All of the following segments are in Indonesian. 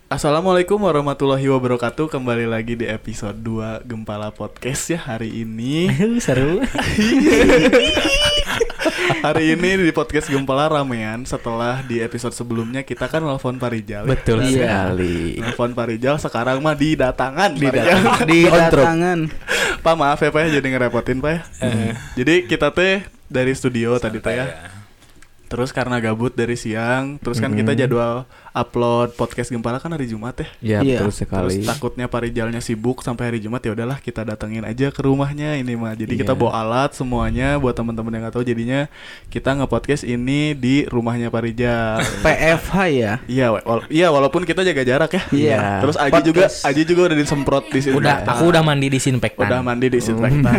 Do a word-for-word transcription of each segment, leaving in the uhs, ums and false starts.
Assalamualaikum warahmatullahi wabarakatuh. Kembali lagi di episode dua Gempala Podcast ya hari ini. Seru. Hari ini di podcast Gempala ramean setelah di episode sebelumnya kita kan nelfon Pak Rijal. Betul ya? sekali. Nelfon Pak Rijal, sekarang mah didatangan. Didatangan. Didatangan. Pak maaf ya Pak ya, jadi ngerepotin Pak ya. Uh. Jadi kita teh dari studio tadi teh ya. ya. Terus karena gabut dari siang, terus kan mm-hmm. kita jadwal upload podcast Gempala kan hari Jumat ya. Iya, yeah. betul sekali. Terus takutnya Pak Rijalnya sibuk sampai hari Jumat, ya udahlah kita datengin aja ke rumahnya ini mah. Jadi yeah. kita bawa alat semuanya buat teman-teman yang enggak tahu, jadinya kita nge-podcast ini di rumahnya Pak Rijal. P F H ya? Iya, wala- iya walaupun kita jaga jarak ya. Iya. Yeah. Terus Aji podcast. juga Aji juga udah disemprot disinfektan. Udah, aku udah mandi disinfektan. Udah mandi disinfektan.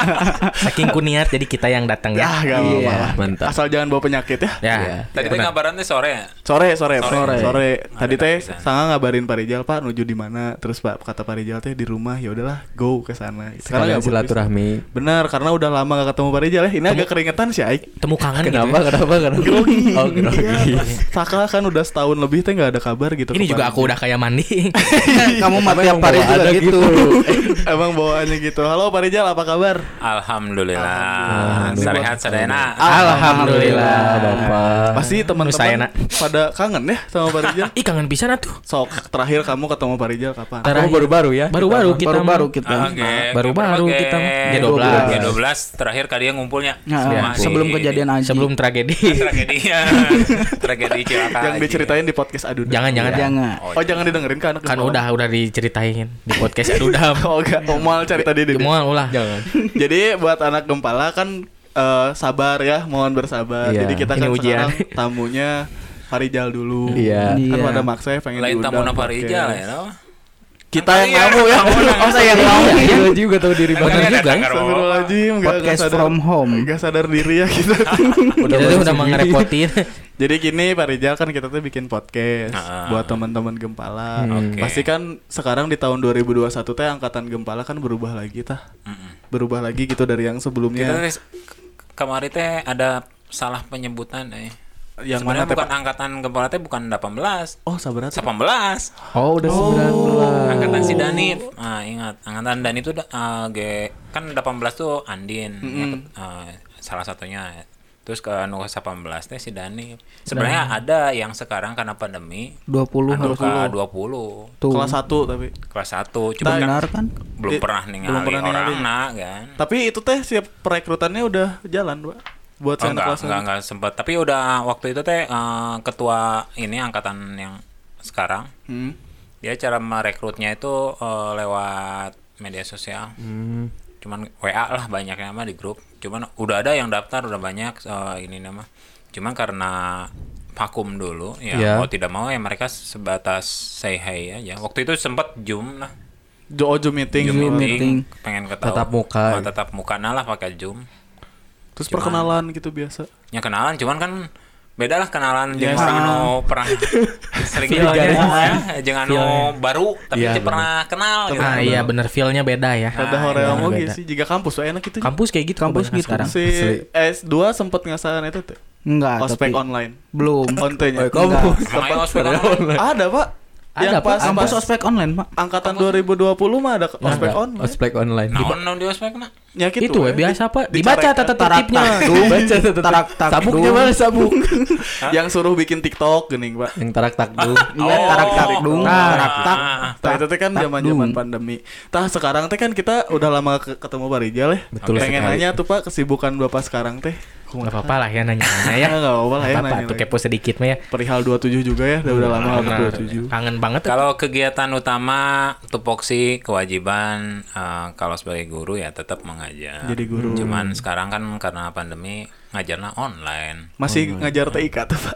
Saking kuniat jadi kita yang datang ya. Ah, enggak Iya. apa-apa. Mantap. Asal jangan bawa penyakit ya. Ya. Iya. Tadi teh ngabaran teh sore ya? Sore, sore, sore, Sore. sore. Tadi Ada teh bisa. Sanga ngabarin Pak Rijal, Pak menuju di mana? Terus Pak kata Pak Rijal teh di rumah. Ya udahlah, go ke sana. Sekalian nggak silaturahmi. Benar, karena udah lama gak ketemu Pak Rijal ya. Ini agak keringetan sih, Aik. Temu kangen Kenapa? gitu. Ya. Kenapa? Kenapa? Grogi. Oh, grogi. Saka kan udah setahun lebih teh nggak ada kabar gitu. Ini ke juga Pak aku udah kayak mandi. Kamu mati Emang tiap hari bawa juga ada gitu. Rijal. Emang bawaannya gitu. Halo Pak Rijal, apa kabar? Alhamdulillah. Alhamdulillah. Sarehat sadayana. Alhamdulillah. Bapak. Pasti Nu saya, teman-teman nak. pada kangen ya sama Pak Rijal. Ih kangen pisan atuh. Sok terakhir kamu ketemu Pak Rijal kapan? Terakhir. Kamu baru-baru ya? Baru-baru kita Baru-baru mah. kita. Oke. Baru-baru kita mah. G dua belas. G dua belas terakhir kalian ngumpulnya. Nah, Semua di- sebelum kejadian Aji. Sebelum tragedi. tragedi ya. Tragedi Cilaka. Yang diceritain di podcast Aduh. Jangan jangan. Jangan. Oh, jangan didengerin kan anak Kan Gempala. udah udah diceritain di podcast Aduh Dam. Oh enggak, oh, mal cari tadi deh. Semua ulah. Jangan. Jadi buat anak Gempala kan eh, sabar ya, mohon bersabar. Iya. Jadi kita Ini kan ujian. sekarang tamunya Pak Rijal dulu. Iya. Kan Iya. pada maksa ya pengen Lain diundang tamu Pak podcast. Rijal ya, no? Kita yang tamu ya. Oh, saya yang mau. Iya juga tahu diri Kan banget kalian juga. datang ya. ke rumah. Astagfirullahaladzim, enggak Podcast from home. Enggak sadar diri ya kita. Kita tuh udah mau ngerepotin. Jadi gini Pak Rijal, kan kita tuh bikin podcast Ah. buat teman-teman Gempala. Hmm. Oke. Pasti kan sekarang di tahun dua ribu dua puluh satu teh angkatan Gempala kan berubah lagi tah. Mm-mm. Berubah lagi gitu dari yang Kita sebelumnya. teh kemarin teh ada salah penyebutan eh. Yang Sebenarnya mana teh, bukan Pak? angkatan Gempala teh bukan delapan belas. Oh, sabar delapan belas. Oh, udah sembilan belas. Angkatan si Danif. Ah, ingat, angkatan Danif itu uh, G kan delapan belas tuh Andin, yang, uh, salah satunya. Terus ke anu delapan belas teh si Danif. Sebenarnya ada yang sekarang karena pandemi dua puluh anu harus ke dua puluh. tuh. Kelas satu tapi. Kelas satu. Cuma kan Benar kan? belum Eh, pernah belum ningali pernah orang ningali. nah kan. Tapi itu teh siap perekrutannya udah jalan, Pak. Buat Oh, saya enggak, kelas enggak, enggak sempat. Tapi udah waktu itu teh eh, ketua ini angkatan yang sekarang Hmm. dia cara merekrutnya itu eh, lewat media sosial. Hmm. Cuman W A lah banyaknya mah di grup. Cuman udah ada yang daftar udah banyak eh, ini nama. Cuman karena vakum dulu ya Iya. mau tidak mau ya mereka sebatas say hi aja. Waktu itu sempat Zoom lah. Jo Zoom meeting. Zoom Zoom meeting, meeting. pengen ketahui. Tatap muka. Oh, tatap muka nah lah pakai Zoom. Terus Cuman- perkenalan gitu biasa. Ya kenalan cuman kan beda lah kenalan Yes. jeung orang anu pernah sering Feel-nya. jalan ya, jeung anu Feel-nya. baru tapi Iya, teu pernah kenal gitu. Nah iya bener feel-nya beda ya. Rada Ah, hoream iya, oge beda. sih jika kampus we enak gitu. Kampus kayak gitu Kampus kebanyakan gitu. sekarang. Si Asli. S dua sempet ngasahan itu teh. Enggak, Ospek tapi online. belum. Ontenya. Oh, kamu Emang ayo ospek online? Ada, Pak. Ada, Yang Pak. pas Kampus pas ospek online, Pak. angkatan dua ribu dua puluh mah ada ospek Ada. online. Ospek online. Naon naon di ospekna? Ya gitu. Itu we we. biasa Pak. Di- Dibaca dicoret, tata tarak tertibnya. takdung. Baca tetep. Tarak tak Sabuknya mana sabuk? Yang suruh bikin TikTok geuning, Pak. Yang tarak takdung. Iya, tarak takdung, Nah. tarak tak. Tah itu teh kan tak zaman-zaman dung. pandemi. Tah sekarang teh kan kita udah lama ke- ketemu Pak Rijal ya. Betul Pengen sekali. nanya tuh Pak kesibukan Bapak sekarang teh. Gak apa-apa lah ya nanya-nanya ya. Ya enggak apa-apa lah ya Apa-apa nanya. tuh lagi. kepo sedikit mah ya. Perihal dua puluh tujuh juga ya, udah, udah lama Benar. dua puluh tujuh. Kangen banget. Kalau kegiatan utama tupoksi kewajiban eh, kalau sebagai guru ya tetap mengajar. Jadi guru. Cuman sekarang kan karena pandemi ngajarnya online. Masih ngajar T I K tuh, Pak.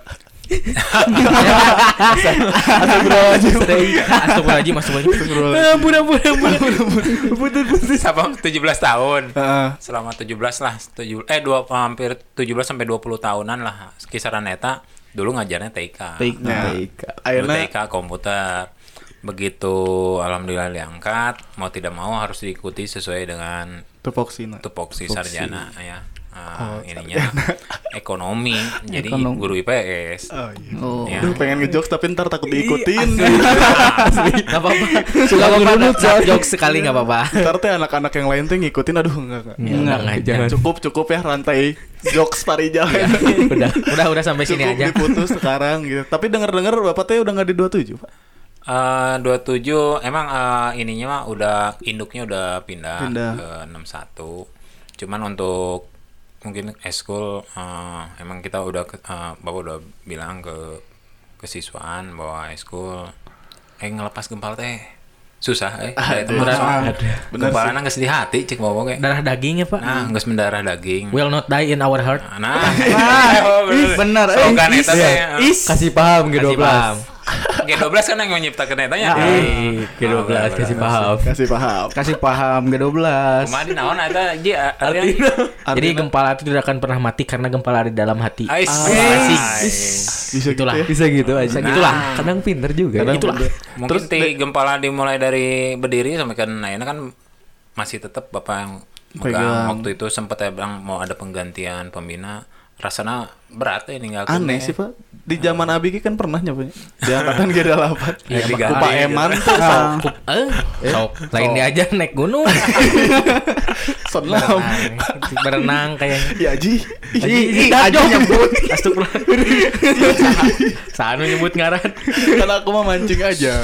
Astagfirullahaladzim, astagfirullahaladzim. Ampun, ampun, ampun, ampun. Sama tujuh belas tahun. Heeh. Selama tujuh belas lah, tujuh eh dua hampir tujuh belas sampai dua puluh tahunan lah kisaran eta. Dulu ngajarnya T I K. T I K. Nah, Dulu ayeuna T I K komputer. Begitu alhamdulillah diangkat, mau tidak mau harus diikuti sesuai dengan tupoksi. nah. tupoksi Tupoksi. sarjana ya. uh, ininya ekonomi, jadi Ekonomi. guru I P S. Oh iya. Oh. Ya. Aduh pengen ngejokes tapi ntar takut diikutin. Gak apa-apa. Suka ngerunut jokes sekali gak apa-apa. Ntar teh anak-anak yang lain tuh ngikutin, aduh enggak enggak. Enggak, enggak, jangan. Cukup cukup ya rantai jokes Parijal. Udah, udah, udah sampai sini Cukup aja. diputus sekarang gitu. Tapi denger-denger Bapak teh udah enggak di dua puluh tujuh, Pak. Eh, dua puluh tujuh emang eh, ininya mah udah induknya udah pindah, Pindah. ke enam puluh satu. Cuman untuk mungkin eskul eh, emang kita udah ke- eh, Bapak udah bilang ke kesiswaan bahwa eskul eh ngelepas gempal teh susah eh Ah, itu bener. mah Bener gempalana geus di hati cek Bapak kayak. Darah daging ya Pak. Nah, geus mendarah daging. Will not die in our heart. Nah, Ah, ih, bener. Eh, Slogan is, eta teh. ya. Is. Kasih paham G dua Kasih belas. paham. G dua belas kan yang menciptakan etanya. Eh, G dua belas Ah, kasih bener. paham. Kasih paham. Kasih paham G dua belas. Kumaha di naon eta Ji artinya? Jadi gempala itu tidak akan pernah mati karena gempala ada di dalam hati. Ais. Asik. Bisa Itulah. gitu ya. Bisa gitu aja. Nah. Gitulah. Kadang pinter juga. Kadang Itulah. bener. Mungkin Terus ti gempala dimulai dari berdiri sampai kan nah ini kan masih tetap Bapak yang megang. Pegang. Waktu itu sempat ya bilang mau ada penggantian pembina. Rasanya berat ya ninggalkeun aneh teh. sih, Pak. Di zaman Abi kan pernah nyoba. Di angkatan G delapan. Iya, Ku diganti Pak gitu. Eman tuh Ah. Kup, eh, sok lain dia aja naik gunung. son lam. berenang, berenang kayaknya. Ya Ji. Ih, aja nyebut. Astagfirullah. Sanu nyebut ngaran. Kan aku mah mancing aja.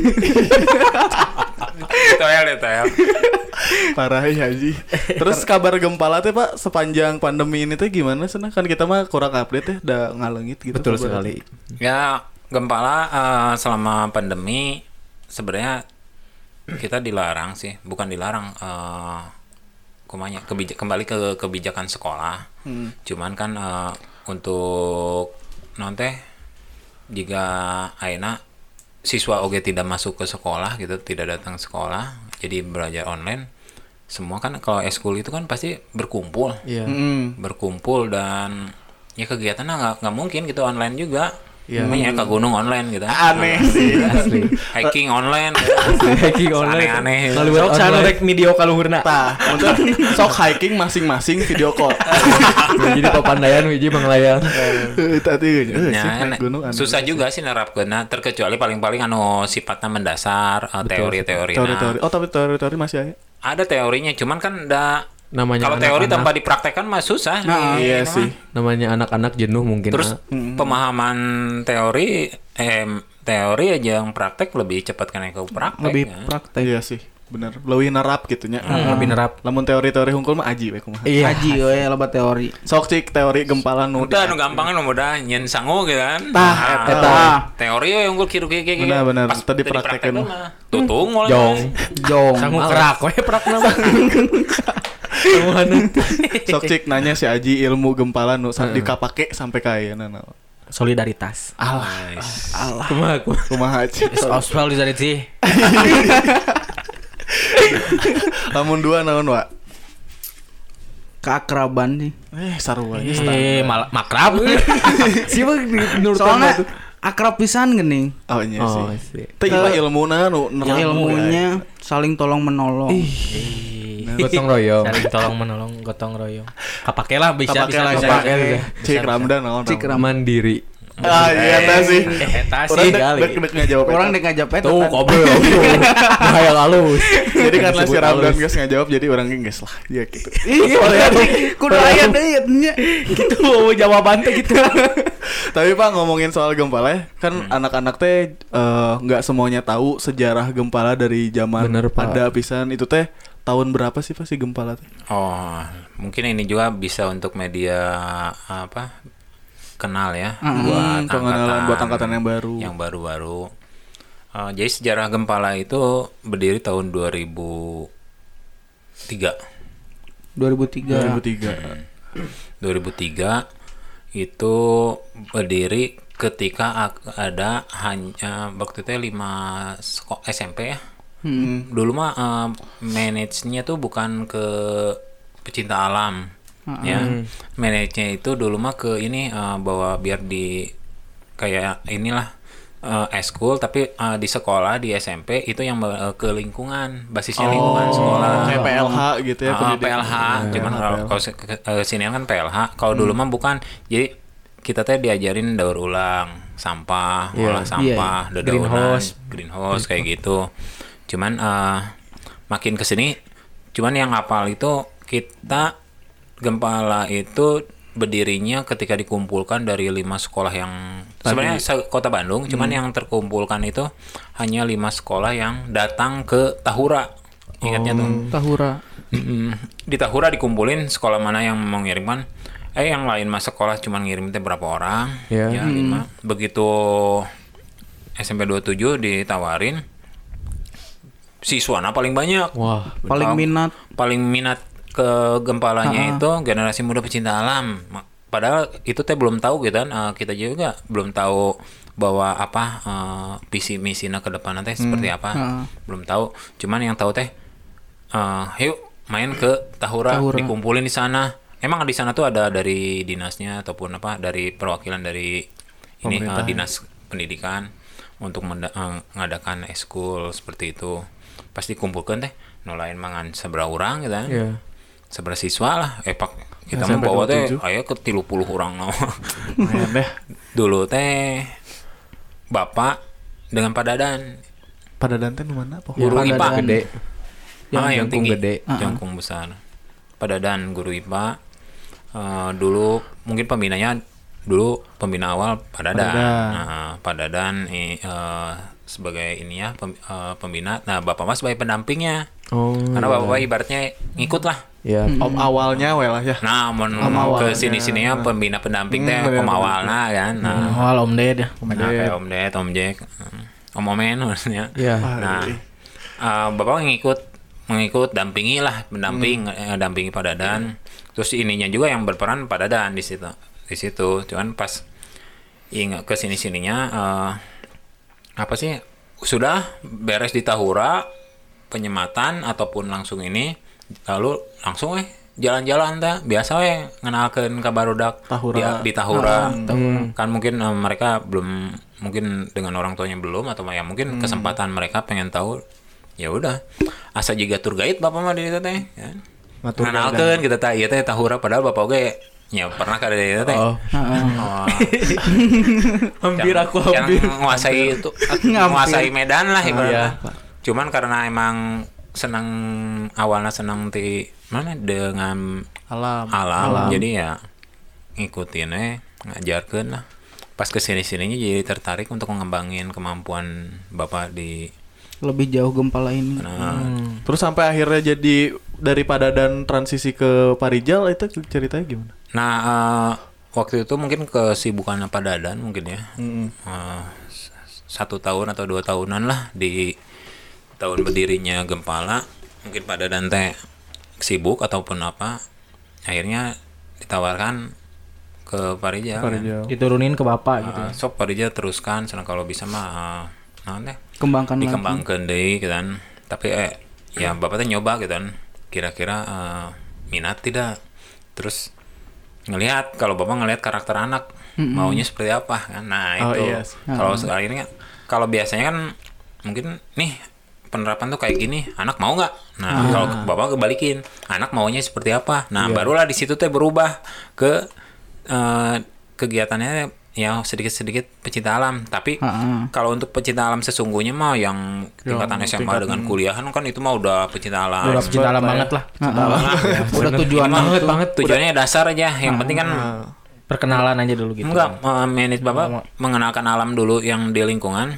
Toel ya toel. Parah ya Haji. Terus kabar gempala teh Pak sepanjang pandemi ini teh gimana sih? Nah, kan kita mah kurang update ya, udah ngalengit gitu. Betul kabar. sekali. Ya gempala eh, selama pandemi sebenarnya kita dilarang sih, bukan dilarang eh kumanya kebija- kembali ke kebijakan sekolah. Hmm. Cuman kan eh, untuk non teh jika ayeuna siswa oge tidak masuk ke sekolah gitu, tidak datang sekolah, jadi belajar online. Semua kan kalau eskul itu kan pasti berkumpul, Iya. Mm-mm. berkumpul dan ya kegiatannya nggak nggak mungkin gitu online juga. Iya. Namanya ke gunung online gitu. Aneh sih. Asli. Hiking online. Hiking online. Aneh-aneh. Lalu Sok online. sana rek video kaluhurna. Tah, untuk sok hiking masing-masing video call. Jadi papandaian wiji manglayang. Eh, Tadi eh, Ya, sih, enak. naik gunung aneh. susah juga sih nerapkeunna terkecuali paling-paling anu sifatnya mendasar eh, teori-teori. Teori-teori. Oh, tapi teori-teori masih ada. Ada teorinya, cuman kan da Namanya kalau teori anak-anak. tanpa dipraktekkan mah susah. Nah, nih, iya ini sih. mah. Namanya anak-anak jenuh mungkin. Terus ah. pemahaman teori eh teori aja yang praktek lebih cepat kan ke praktek. Lebih ya. praktek. Iya sih, bener. Leuwih nerap gitu nya. Hmm, lebih nerap. Lamun teori-teori hungkul mah aji we kumaha. Iya. Haji we loba teori. Sok cik teori gempala nu. Udah anu gampang nu mudah nyen sangu gitu kan. Tah, Nah, eta. teori we unggul kieu kieu kieu. Benar, benar. Pas Tadi teu praktekeun dipraktekeun mah. mah tutung mulai. Jong. Jong. Sanggup kerak we prakna mah. Sok cik nanya si Aji ilmu gempala nu sa- dikapake sampai ka ayeuna naon. Solidaritas. Nice. Kumaha kumaha. Kumaha cik? Solidarity. Lamun dua naon wa? Keakraban sih. Eh sarua nya Eh, mal- makrab. Siapa menurut Soalnya kamu tuh? akrab pisan geuning. Oh iya Oh, sih. sih. Teh ieu mah ilmuna nu nerap. Ilmunya saling tolong menolong. Gotong royong. Saling tolong menolong, gotong royong. Kapake lah bisa Kapake bisa lah, bisa. kapake bisa. lah. Cik Ramdan naon? Cik Mandiri. Ah iya tah sih. Eh, eta Orang sih. dek kali. dek dek ngajawab. Orang eta. dek ngajak eta. Tuh kan. kobrol. Bahaya halus. Jadi karena si Disebut Ramdan halus. geus ngajawab jadi orang ge geus lah. Iya gitu. Ih, kudu aya deui nya. Gitu jawaban teh gitu. Tapi Pak ngomongin soal gempala ya, kan anak-anak teh eh, nggak semuanya tahu sejarah gempala dari zaman Bener, Pak. ada pisan itu teh tahun berapa sih Pak si gempala teh? Oh, mungkin ini juga bisa untuk media apa? Kenal ya buat pengenalan buat angkatan yang baru. Yang baru-baru. Uh, jadi sejarah Gempala itu berdiri tahun dua ribu tiga. dua ribu tiga. dua ribu tiga. dua ribu tiga itu berdiri ketika ak- ada hanya waktu itu lima seko- S M P ya. Hmm. Dulu mah uh, manage-nya tuh bukan ke pecinta alam. Ya, manage-nya itu dulu mah ke ini uh, bahwa biar di kayak inilah uh, eskul tapi uh, di sekolah di S M P itu yang uh, ke lingkungan, basisnya lingkungan sekolah. Kayak P L H gitu ya. Oh, pendidik. P L H, cuman P L H. kalau kalau se- ke- ke sini kan P L H. Kalau dulu mah bukan. Jadi kita teh diajarin daur ulang sampah, Iya. olah sampah, Iya. dedaunan, Greenhouse. greenhouse kayak gitu. Cuman uh, makin kesini, cuman yang hafal itu kita Gempala itu berdirinya ketika dikumpulkan dari lima sekolah yang sebenarnya se- kota Bandung, cuman yang terkumpulkan itu hanya lima sekolah yang datang ke Tahura. Ingatnya tuh. Tahura. Mm, di Tahura dikumpulin sekolah mana yang mau ngirimkan, eh yang lain mah sekolah cuma ngirim teh berapa orang, Ya. ya lima. Begitu S M P dua puluh tujuh ditawarin, siswana paling banyak, Wah. Paling minat. paling minat ke Gempalanya Ha-ha. itu generasi muda pecinta alam. Ma- Padahal itu teh belum tahu gitu kan, eh, kita juga belum tahu bahwa apa eh, visi misinya ke depan nanti seperti apa, Ha. belum tahu. Cuman yang tahu teh, eh, yuk main ke Tahura, Tahura. dikumpulin di sana. Emang di sana tuh ada dari dinasnya ataupun apa dari perwakilan dari ini eh, dinas pendidikan untuk menda- eh, mengadakan eskul seperti itu. Pasti kumpulkan teh, nolain mangan seberapa orang gitu kan. Iya. Seberapa siswa lah, eh pak kita S M P mau bawa teh, dua puluh tujuh. ayo ke tiga puluh orang no. Lumayan deh. Dulu teh bapak dengan Pak Dadan, Pada Dante mana apa? guru Pak I P A Dadan. Gede. ah, yang jangkung tinggi, gede. jangkung besar. Pak Dadan guru I P A. Eh, dulu mungkin pembinanya dulu pembina awal Pak Dadan. Dadan. Nah, Pak Dadan i- eh, sebagai ini ya pem- eh, pembina. Nah bapak mas sebagai pendampingnya. Oh. Karena bapak ibaratnya ngikut lah. Ya. Om awalnya well lah ya. Nah, mau awalnya. ke sini-sininya pembina pendamping teh Hmm, bener, om bener, awalna kan. Nah, Awal Om Ded ya. nah, kayak Om Ded, Om Jack, Om Omen maksudnya. Ya. Nah, eh, bapak ngikut mengikut dampingi lah, pendamping, eh, dampingi Pak Dadan. Terus ininya juga yang berperan Pak Dadan di situ. Di situ, cuman pas ingat ke sini-sininya eh, apa sih? Sudah beres di Tahura penyematan ataupun langsung ini lalu langsung eh jalan-jalan dah biasa weh ngenalkeun ka barudak Tahura. di, di Tahura. Kan mungkin eh, mereka belum mungkin dengan orang tuanya belum atau ya mungkin kesempatan mereka pengen tahu ya udah asa juga tour guide bapak mah di ditu teh kan. Ngatur Ngenalkeun kita teh ieu teh Tahura padahal bapak oge nya pernah ka ditu teh. Oh. Oh. Hampir Yang- aku yang hampir. menguasai itu menguasai Medan lah ibaratnya. Iya. Cuman karena emang senang awalnya senang di mana dengan Alam. alam, jadi ya ngikutin eh ngajarkeun lah. Pas kesini sininya jadi tertarik untuk mengembangin kemampuan bapak di Lebih jauh Gempala ini. nah, Terus sampai akhirnya jadi daripada dan transisi ke Parijal itu ceritanya gimana? nah eh, waktu itu mungkin kesibukan Pak Dadan mungkin ya. Mm-mm. Eh, s- satu tahun atau dua tahunan lah di tahun berdirinya Gempala mungkin Pak Dadan teh sibuk ataupun apa akhirnya ditawarkan ke Parijal. Parijal. Diturunin ke bapak gitu. Uh, sok Parijal teruskan senang kalau bisa mah uh, nah teh Kembangkan lagi. dikembangkan deh gitu kan. Tapi eh ya bapak teh nyoba gitu kan. Kira-kira uh, minat tidak. Terus ngelihat kalau bapak ngelihat karakter anak maunya seperti apa kan. Nah, Oh, itu. iya. Kalau sekarang ini kan kalau biasanya kan mungkin nih penerapan tuh kayak gini, anak mau nggak? Nah, kalau bapak kebalikin, anak maunya seperti apa? Nah, barulah di situ teh berubah ke eh, kegiatannya ya sedikit-sedikit pecinta alam. Tapi Ha-ha. kalau untuk pecinta alam sesungguhnya mah yang tingkatan S M A dengan kuliahan kan itu mah udah pecinta alam. Udah pecinta alam banget lah. Udah tujuan banget itu. banget tujuannya dasar aja. Yang penting kan Perkenalan aja dulu gitu. enggak eh, manage bapak mengenalkan alam dulu yang di lingkungan.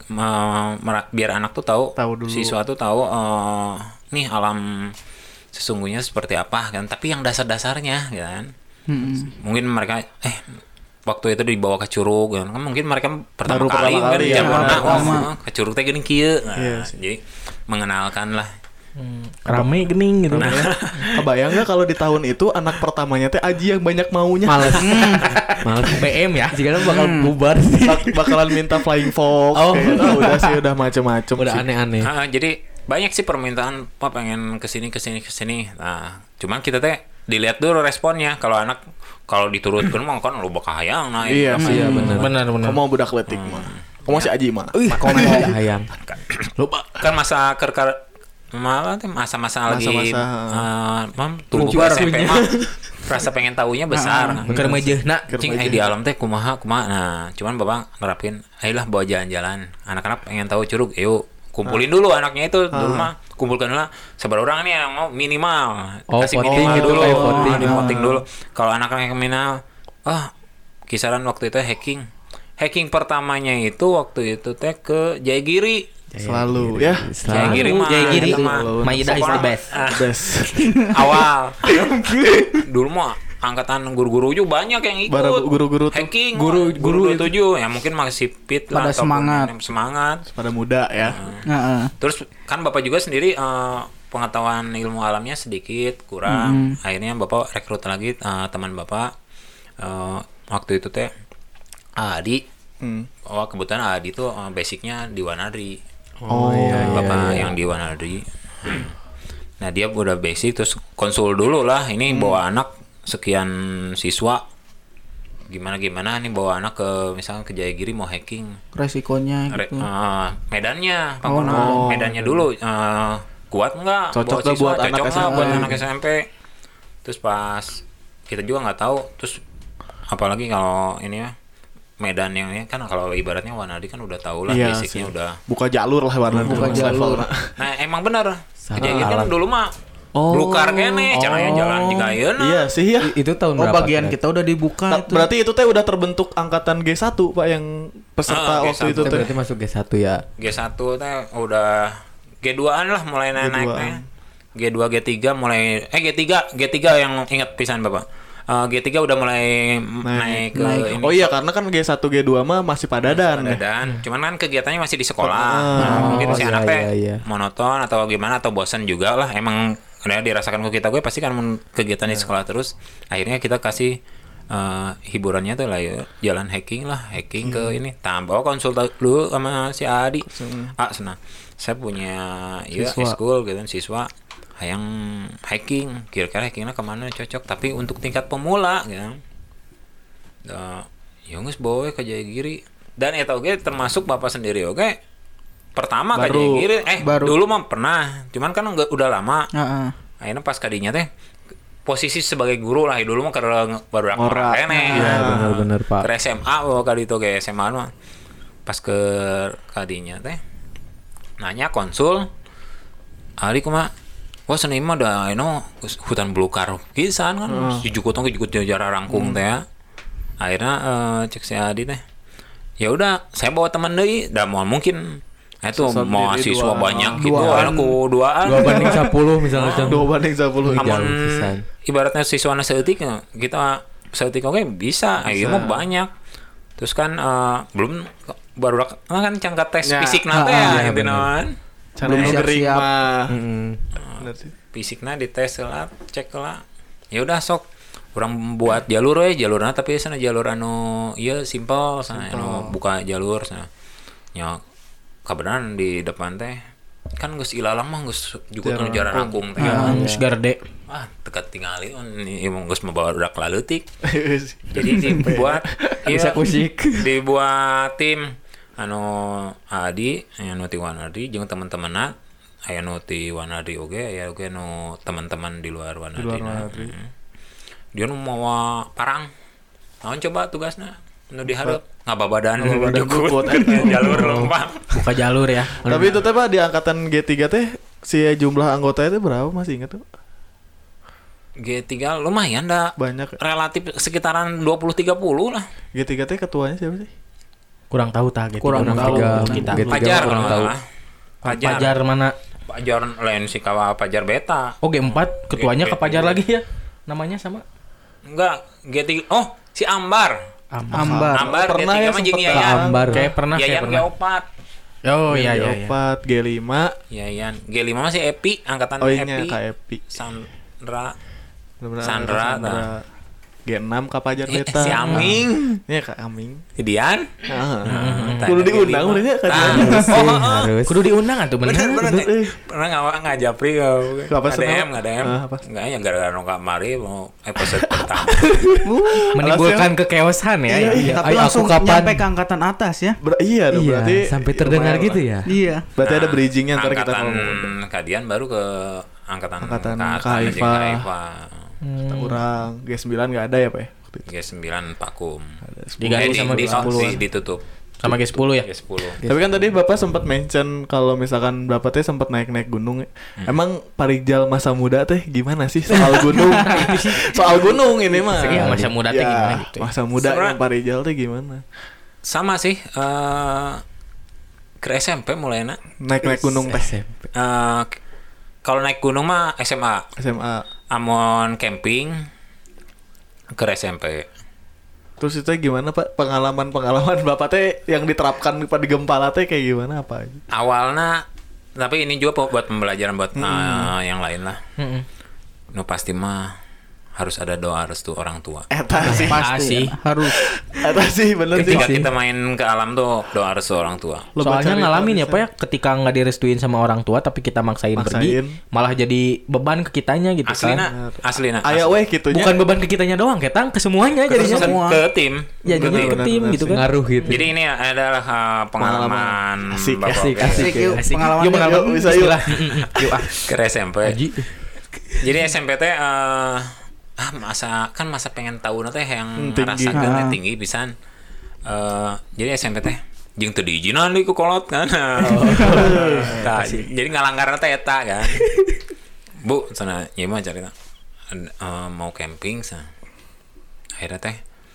Me- mera- biar anak tuh tahu, Tahu dulu. siswa tuh tahu eh, nih alam sesungguhnya seperti apa kan. Tapi yang dasar-dasarnya kan. Mm-mm. Mungkin mereka eh waktu itu dibawa ke Curug kan mungkin mereka pertama Baru kali pertama kan kali, jam ya, mana pertama. oh, ke Curug teh geuning kieu. Nah, Iya sih. jadi mengenalkan lah. Rame gening gitu. Kebayang nggak kalau di tahun itu anak pertamanya teh Aji yang banyak maunya. Males. Males B M ya. Jika bakal bubar sih. Bak- bakalan minta flying fox. Oh. Kayak gitu. Udah sih udah macem-macem Udah sih. aneh-aneh. Ah, jadi banyak sih permintaan Pak pengen kesini kesini kesini. Nah, cuman kita teh dilihat dulu responnya. Kalau anak kalau diturutkan mah kan lu bakal hayang nah. Iya sih. Iya benar. Benar benar. Kamu mau budak letik mah. Komo si Aji mah. Komen hayang. Lupa. Kan masa kerkar malah teh masa-masa lagi Masa-masa, uh, mam tumbuh Tumbuh S M P barunya. mah rasa pengen tahunya besar. Keur meujeuhna. Cing eh di alam teh kumaha kumaha. Nah, cuman Bapak nerapin ayolah bawa jalan-jalan. Anak-anak pengen tahu curug, yuk kumpulin dulu anaknya itu dulu mah kumpulkan dulu seberapa orang nih yang mau minimal Oh, kasih voting minimal gitu, dulu kayak voting. di voting dulu kalau anak-anak yang minimal ah kisaran waktu itu hacking hacking pertamanya itu waktu itu teh ke Jayagiri Selalu ya. Jayagiri mah Jayagiri eta mah. Maeda is the best. Ah, Best. awal dulu mah angkatan guru-guru juga banyak yang ikut Bara guru-guru tuh. hacking Guru- guru guru tujuh ya mungkin masih fit lah Pada ataupun semangat. yang semangat. Pada muda ya. Heeh. Terus kan Bapak juga sendiri eh, pengetahuan ilmu alamnya sedikit kurang. Akhirnya Bapak rekrut lagi eh, teman Bapak eh, waktu itu teh Adi. Hmm. Oh kebetulan Adi tuh eh, basicnya di Wanadri. Oh, iya, Bapak yang di Wanadri. Nah dia udah basic terus konsul dulu lah. Ini bawa anak sekian siswa. Gimana gimana nih bawa anak ke misalnya ke Jayagiri mau hacking. Resikonya Re- gitu. eh, medannya, Pak Oh, Kono. oh. medannya dulu eh, kuat nggak? Cocok Bawa nggak siswa? buat anak Cocok S M P? nggak buat anak S M P? Terus pas kita juga nggak tahu, terus apalagi kalau ini ya medan yang ini kan kalau ibaratnya Wanadi kan udah tahu lah Iya basicnya sih. udah. Buka jalur lah warna Buka next jalur. level. Nah emang bener. Salah Kejadian kan alam. dulu mah Oh. blukar kene, caranya jalan juga ayeuna. Iya sih ya. I- Itu tahun Oh, berapa? bagian kira-kira? kita udah dibuka Ta- itu. Berarti itu teh udah terbentuk angkatan G satu Pak yang peserta Ah, G waktu satu. itu Kita teh. berarti masuk G satu ya. G satu teh udah G dua-an lah mulai naik-naiknya. G dua, G tiga mulai eh G tiga, G tiga yang ingat pisan Bapak. Eh, G tiga udah mulai naik, ke Naik. ini. Oh iya karena kan G satu G dua mah masih padadan. ya. Dan cuman kan kegiatannya masih di sekolah. Ah. Nah, mungkin si iya, anak teh iya, iya. monoton atau gimana atau bosan juga lah. Emang udah dirasakan ke kita gue pasti kan men- kegiatan di sekolah terus. Akhirnya kita kasih eh, hiburannya tuh lah ya jalan hacking lah, hacking ke ini. Tambah konsultasi dulu sama si Adi. Ah, senang. Saya punya ya Siswa. school gitu siswa yang hacking, kira-kira hackingnya kemana cocok, tapi untuk tingkat pemula gitu. Uh, ya geus bawa ke Jayagiri dan eta oge termasuk Bapak sendiri oge pertama ke Baru. Jayagiri eh Baru. dulu mah pernah cuman kan enggak udah lama Heeh. akhirnya pas kadinya teh posisi sebagai guru lah dulu mah karena baru Ngora. kene Iya, benar-benar, Pak. ke S M A bawa kali itu ke S M A mah pas ke kadinya teh nanya konsul hari kumaha wah seni mah da eno hutan belukar pisan kan Hmm. si jukutong jukut jarak rangkung teh ya. Akhirnya eh, cek si Adi teh ya udah saya bawa teman deui da mau mungkin nah, itu Sesat mau diri siswa dua- banyak gitu duaan. aku duaan Dua banding sepuluh misalnya contoh. Dua banding sepuluh. Jauh Amun pisan. ibaratnya siswana seeutik ya, kita seeutik oke bisa, akhirnya mah banyak. Terus kan eh, belum baru kan cangkat tes Ya. fisik nate Ah, ya iya, gitu bener. naon. Cara Belum ngering siap-siap. mah. Mm-mm. Bener sih. Fisiknya dites lah, cek lah. Ya udah sok orang buat jalur we jalurna tapi sana jalur anu ieu simpel sana anu buka jalur sana. Ya kabeneran di depan teh kan geus ilalang mah geus juga anu jarak rangkung teh. Heeh, geus garde. Ah, teka tingali ini emang geus membawa udah keleutik. Jadi dibuat Bisa iya, kusik. dibuat tim anu Adi anu ti Wanadi jeung teman-temanna aya nu ti Wanadi oge aya oge nu teman-teman di luar Wanadi. Di luar Wanadi. Hmm. Dia nu mawa parang. Naon coba tugasna? Nu dihareup ngababadan Ngababadan jukut jukut, eta. jalur lempang. Buka jalur ya. Tapi itu teh Pak di angkatan G tiga teh si jumlah anggota itu berapa masih ingat tuh? G tiga lumayan dah. Banyak. Relatif sekitaran dua puluh tiga puluh lah. G tiga teh ketuanya siapa sih? Kurang tahu tah gitu. Kurang tahu. Kita. Kita. Pajar kurang kalau tahu. nggak salah. Pajar. Pajar mana? Pajar lain si kawa Pajar Beta. Oh, G empat ketuanya G- ke Pajar lagi ya. Namanya sama. Enggak, G tiga. Oh, si Ambar. Ambar. Ambar Pernah G tiga ya mah jeung sempet Yayan. Ambar. Kayak pernah kayak Yayan G pernah. empat. Oh iya iya. G empat, G lima. Yayan G lima masih Epi, angkatan Oh iya Epi. K Epi. Sandra. Bener-bener Sandra, Sandra. nah. G enam ka Pajar Eh, Beta. si Aming. Nya Kak Aming. Si Dian. Heeh. Kudu diundang urang nya ka Ah, dia. oh, oh, oh. Harus. Kudu diundang atuh bener. Bener, bener. bener, eh. Pernah nggak nggak japri nggak? Apa sih, Nggak D M, Pak? nggak D M. Ah, apa? Nggak ya gara-gara nongak mari mau episode pertama. Menimbulkan kekeosan ya. Iya, iya. Tapi Ay, langsung aku kapan? nyampe ke angkatan atas ya. Ber- iya dong Iya, berarti sampai terdengar lumayan gitu lah. ya. Iya. Berarti ada Nah, bridgingnya ntar kita angkatan ngomong. Kadian baru ke angkatan Angkatan ke Kak atas, Haifa. Kak Haifa. Kata Urang G sembilan enggak ada ya, Pak ya? Waktu itu. G sembilan Pakum. Diganti Eh, di- sama di- G sepuluh di- ditutup. Sama G sepuluh ya. G sepuluh. Tapi kan tadi Bapak sempat mention kalau misalkan Bapak teh sempat naik-naik gunung. Hmm. Emang Parijal masa muda teh gimana sih soal gunung? Soal gunung ini mah. Iya, masa muda teh Ya, gimana gitu ya. Masa muda Sebenarnya- yang Parijal teh gimana? Sama sih eh ke S M P mulai nak. Naik-naik gunung teh. S M P. Eh, kalau naik gunung mah S M A. S M A. Amon camping ke S M P. Terus itu gimana Pak pengalaman-pengalaman Bapak teh yang diterapkan pada Gempala teh kayak gimana apa aja? Awalnya tapi ini juga buat pembelajaran buat eh, yang lain lah. Heeh. No pasti mah harus ada doa restu orang tua. Eta sih. Pasti. Harus. Eta sih bener sih. Ketika kita main ke alam tuh doa restu orang tua. Lo Soalnya baca ngalamin ya tulisan. Pak ya ketika nggak direstuin sama orang tua tapi kita maksain, Maksain. pergi malah jadi beban ke kitanya gitu kan. Aslina, aslina. Aya weh gitunya. Bukan beban ke kitanya doang, ketang ke semuanya jadinya. Semua. Ke tim. Jadinya Bener, ke bener, tim bener gitu sih. kan. Ngaruh gitu. Jadi ini adalah uh, pengalaman Asik, Bapak asik, Oke. Asik yuk. Asik. Pengalaman. Yuk, pengalaman. Yuk, bisa, yuk. Bismillah. Yuk ah. ke S M P. Jadi S M P teh eh, ah masa kan masa pengen tahu teh yang Hmm, tinggi. ngerasakeun teh Ah. tinggi pisan. Eh, jadi S M P teh jeung teu diizinan deui ku kolot kan. Tah, jadi ngalanggar teh eta kan. Bu, sana ieu mah carita eh, mau camping sana. Akhirnya teh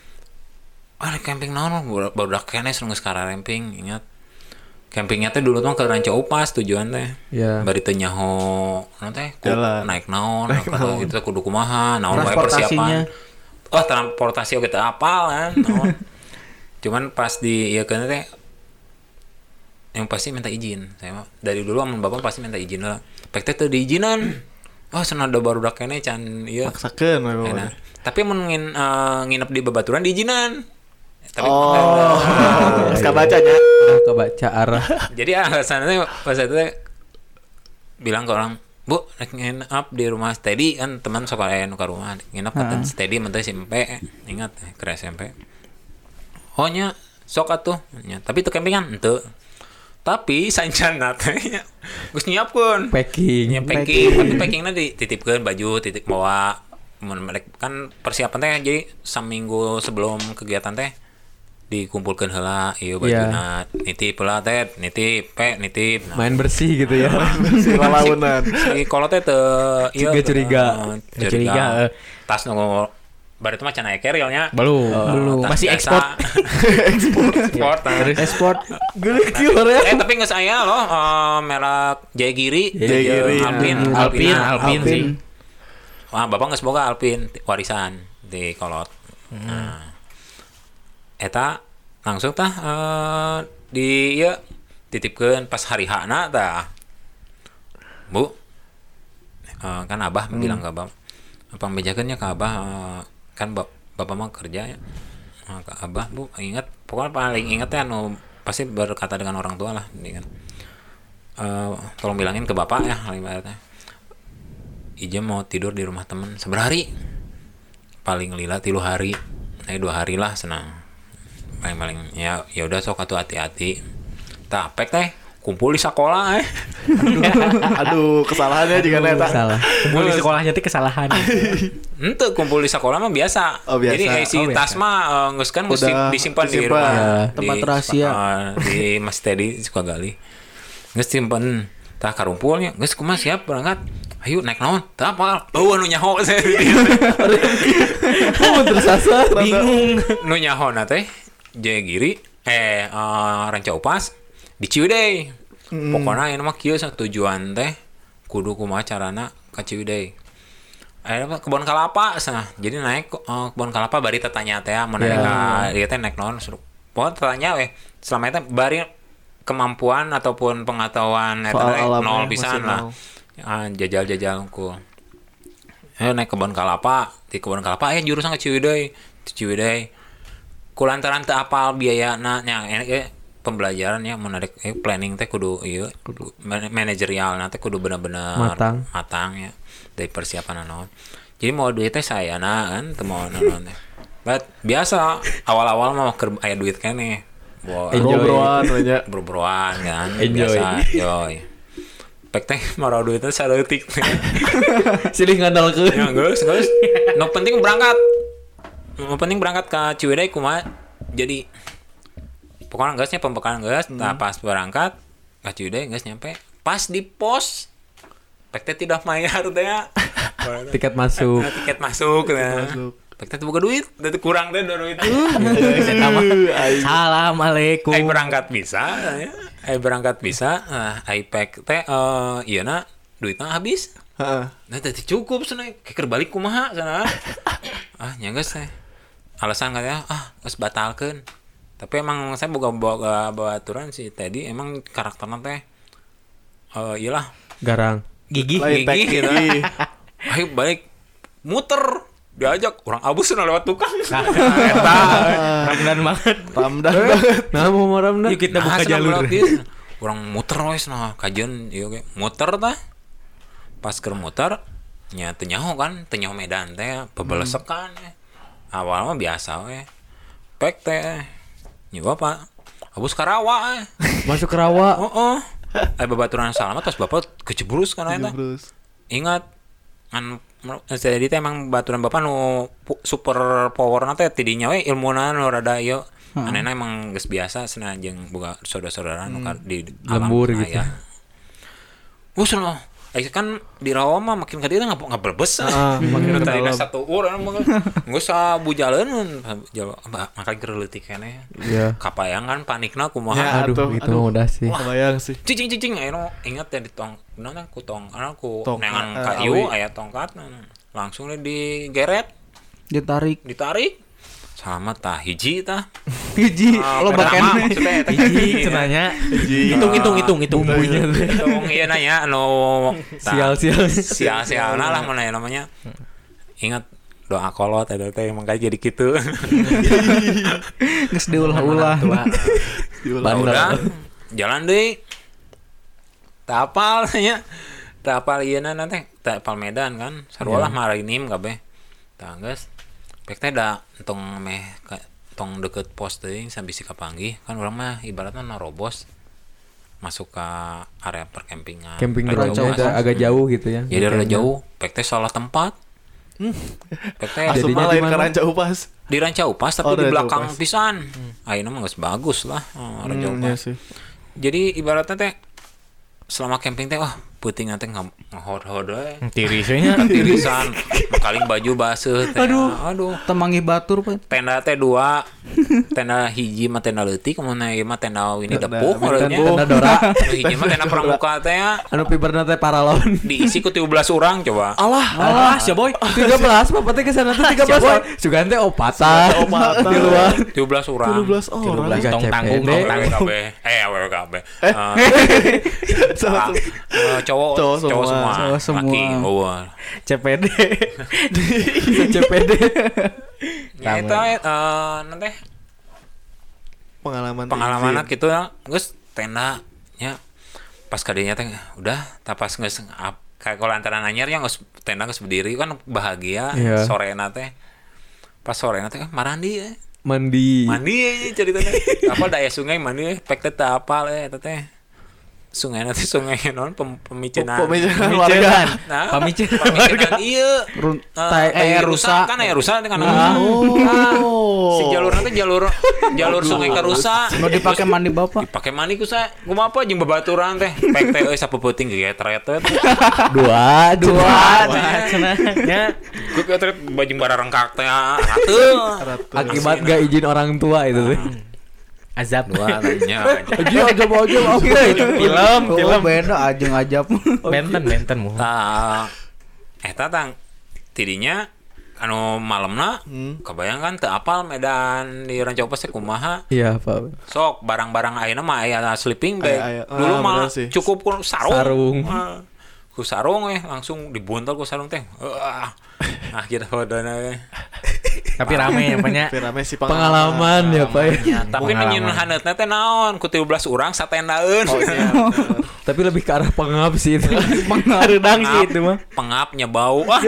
ah camping naon baru dak keneh geus camping ingat. Campingnya teh dulu mah ke Ranca Upas tujuan teh. Ya. Bari teu nyaho naon teh ku Jalan. naik naon Naik kalau naon. itu kudu kumaha naon wae Transportasinya. persiapan. Oh, transportasi oge teu apal kan. naon. Cuman pas di ieu keun teh yang pasti minta izin. Saya mah dari dulu amun bapak pasti minta izin lah. Pek teh teu diizinan. Oh, senada barudak keneh can ieu. Maksakeun we Bapak. Enak. Tapi mun ngin, eh, nginep di babaturan diizinan. Tapi Oh, suka bacanya. Udah kebaca arah. jadi alasannya pas itu teh bilang ke orang, Bu, rek nginep di rumah Steady kan teman sok aya nu ka rumah nginep ka Steady menteh S M P ingat ke S M P. Oh nya sok atuh nya tapi teu campingan henteu. Tapi sancana teh geus nyiapkeun. Packing. Nya packing, tapi packingna dititipkeun baju, titip bawa mun mereka kan persiapan teh jadi saminggu sebelum kegiatan teh dikumpulkan heula ieu bajuna nitip heula teh nitip pe nitip nah. Main bersih gitu ya. Sila launan. Si kolot teh teu ieu Curiga-curiga. teu, Curiga, eh. tas nu bari teh mah can aya carrier nya Belum. Belum. Tas Masih biasa. ekspor. ekspor nah. Esport. eh tapi geus aya loh eh, merek Jayagiri Jayagiri. Alpin Alpin, Alpina. Alpin sih. Wah, bapak geus boga Alpin warisan di kolot. Nah. Eta langsung tah eh, di ieu titipkeun pas hari H-na tah. Bu. Eh, kan Abah bilang ke Abah. Apa bejakeunnya ke Abah eh, kan bap Bapak mah kerja ya. Nah, ke Abah, Bu, ingat pokoknya paling ingat ya anu pasti berkata dengan orang tua lah ini kan. Eh, tolong bilangin ke Bapak ya paling ibaratnya. Ija mau tidur di rumah temen seberhari paling lila tilu hari eh dua hari lah senang paling paling ya ya udah sok atuh hati-hati tapek teh kumpul di sekolah eh Aduh, kesalahannya juga neta. Salah. Kumpul di sekolahnya teh kesalahan. ente kumpul di sekolah mah biasa, Oh, biasa. jadi eh, si Oh, biasa. tas mah uh, geus kan geus Udah disimpan di disimpan. rumah Ya, di- tempat rahasia. uh, di Mas Teddy Sukagali geus simpen tah karumpulnya geus kumaha siap berangkat ayo naik naon tah apa oh anu nyaho Oh, tersasar. bingung nu nyaho na teh Jayagiri eh uh, Ranca Upas di Ciwidey pokoknya ini mah kieu tujuan teh kudu kumaha carana ka Ciwidey akhirnya kebon kalapa sana jadi naik uh, kebon kalapa bari tetanya teh mun naik ka ieu teh naik naon suruh pokoknya tetanya weh selama itu bari kemampuan ataupun pengetahuan eta Soal teh alamnya nol masih pisan lah nol. Ah, jajal-jajal ku Eh naik kebun kelapa, di kebun kelapa aya jurusan ke Ciwidey. Di Ciwidey. Kulantaran teu apal biayana nya eh, pembelajaran ya menarik eh, planning teh kudu ieu kudu manajerial teh kudu bener-bener Matang. matang ya dari persiapan naon. Jadi mau duit teh sayana kan teu mau naon teh. But biasa awal-awal mah keur aya duit keneh. Wow. Bro-broan aja. Bro-broan kan Enjoy. biasa yoy. Pek teh maro duit teh saleutik. Silih ngandalkeun. Ya geus geus. Nu penting berangkat. Nu penting berangkat ke Ciwidey kumaha. Jadi pokoknya geusnya pembekalan geus, hmm. Nah pas berangkat ke Ciwidey geus nyampe. Pas di pos pek teh tidak bayar teh. Tiket masuk. Tiket masuk. Tiket masuk. Pek teh buka duit, teh kurang teh duit itu. Assalamualaikum. Ai berangkat bisa ya. Ai berangkat bisa. Nah, ai pek teh eh ieu na duitna habis. Heeh. Nah, tadi cukup sana. Keker balik kumaha sana. Ah, nya geus teh. Alasan katanya, ah, geus batalkeun. Tapi emang saya boga boga baturan si Teddy emang karakterna teh eh iyalah Garang. Gigi. Lain pek gigi gitu. gigi. Ayo balik muter diajak orang abus sana lewat tukang. Eta ramdan banget. Ramdan banget. Nah, mau maramna. Yuk kita buka Nah, jalur. Orang muter wes nah kajian ieu ge. Muter tah. Pas keur muter nya teu nyaho kan, teu nyaho medan teh pebelesekan. Hmm. Awal mah biasa we. Pek teh. Nyewa Pak. Abus ka rawa. Masuk ke rawa. Heeh. Aya babaturan salamat pas bapak kecebrus kan eta. Terus. Ingat kan jadi teh emang baturan bapak nu pu- super power teh tidinya we ilmuna nu rada ieu. Hmm. Anehna emang geus biasa cenah jeung boga saudara-saudara nu hmm. di alam Lembur gitu. Wah cenah eh kan di rawa mah makin ka dieu ngap ngabrebes. Ah, makin tadi satu urang mah geus sabujaleun makan keur leutik keneh. Iya. Kapayang kan panikna Ya, kumaha. Aduh, Aduh, itu aduh. mah udah sih. Kebayang sih. Cicing cicing ayo ingat ya di tong mana ku tong ana ku Tongkat, nengan eh, kayu awi. aya tongkat langsung digeret Ditarik. ditarik sama tah hiji tah Hiji. Ah, Lo pertama baken. maksudnya eta Gigi cenanya. Hitung hitung hitung hitung bumbunya. hitung ieu nanya anu Sial-sial. sial-sialna lah mana ya namanya ingat doa kolot ada teh emang kayak jadi gitu Geus diulah-ulah. udah jalan deui teu apal nya teu apal ieu na teh teu apal medan kan sarua lah marinim kabeh tah geus pek teh da entong meh tong deket pos teuing sabisi kapanggih kan urang mah ibaratna narobos masuk ke area perkempingan Camping Rada ground jauh, udah agak jauh gitu ya. jadi rada jauh pek teh salah tempat pek teh Jadi- Asup Jadinya mah lain di mana? ka Ranca Upas. di Ranca Upas tapi Oh, di Ranca belakang Upas. pisan ayeuna mah geus bagus lah oh, Ranca Hmm, Upas iya sih. jadi ibaratnya teh selama camping teh wah puting teh ngahod-hod we Tiris we nya. tirisan makaling baju baseuh teh Aduh. aduh Temangi batur Pak. tenda teh dua tenda hiji mah tenda leutik kemudian ieu mah tenda Winnie the Pooh Winnie the urangnya. Pooh. Tenda Dora. Nu hiji mah tenda pramuka teh ya, Anu piberna teh paralon. diisi ku tilu belas urang coba Alah, Alah, sia boy. tiga belas bapak teh kesana teh tiga belas. Sugan teh opatan. opatan. Di luar. tilu belas urang tiga belas orang. Tiga Tong C P D. tanggung, Tong tong W K B eh W K B Salah. Eh, cowok Cowok cowok semua. semua Cowok semua. laki oh C P D. C P D. ya eta eh nanti Pengalaman pengalaman gitu ya geus tenda nya pas kadinya teh udah tak pas geus ap- kayak kalau antara anyar yang geus tenda geus berdiri kan bahagia Iya. sorena teh pas sorena teh marandi ya Mandi. mandi ya ceritanya apa daya sungai mandi ya pek teh teu apal ya eta teh sungai nanti sungai non pem, pemicenan Pemicenan warga. nah, Pamicenan pemicenan iya Run- Eh, tai- air air rusak rusak. kan air rusak kan Oh. si jalur nanti jalur jalur sungai ke rusak Nu dipake mandi bapak. pakai mani ku sa kumaha apa jeung babaturan teh pek teh euy sapeuting gegetret teh Dua, dua. Cenah nya. ku gegetret bajing bara rengkak teh atuh Akibat gak izin orang tua itu tuh. Azab. dua tanya Aja aja aja oke itu. Film, Oh, film. beda ajeng ajab. Benten, benten mu. tah eta tang tidinya anu malemna kebayang kan teu apal medan di Ranca Upas teh kumaha Iya, Pak. sok barang-barang ayeuna mah aya sleeping bag Aya, aya. dulu Ah, mah bener sih. cukup ku sarung Sarung. Ah. ku sarung eh langsung dibuntel ku sarung teh. Wah. Nah, kita fodona we. Tapi rame yang punya Tapi rame sih Pengalaman ya Pak ya. Ya, tapi nunyin haneutna teh naon ku tilu belas urang satendaeun. Oh, iya, Tapi lebih ke arah pengap sih itu. Harudang sih itu mah. Pengap nyebau. Wah.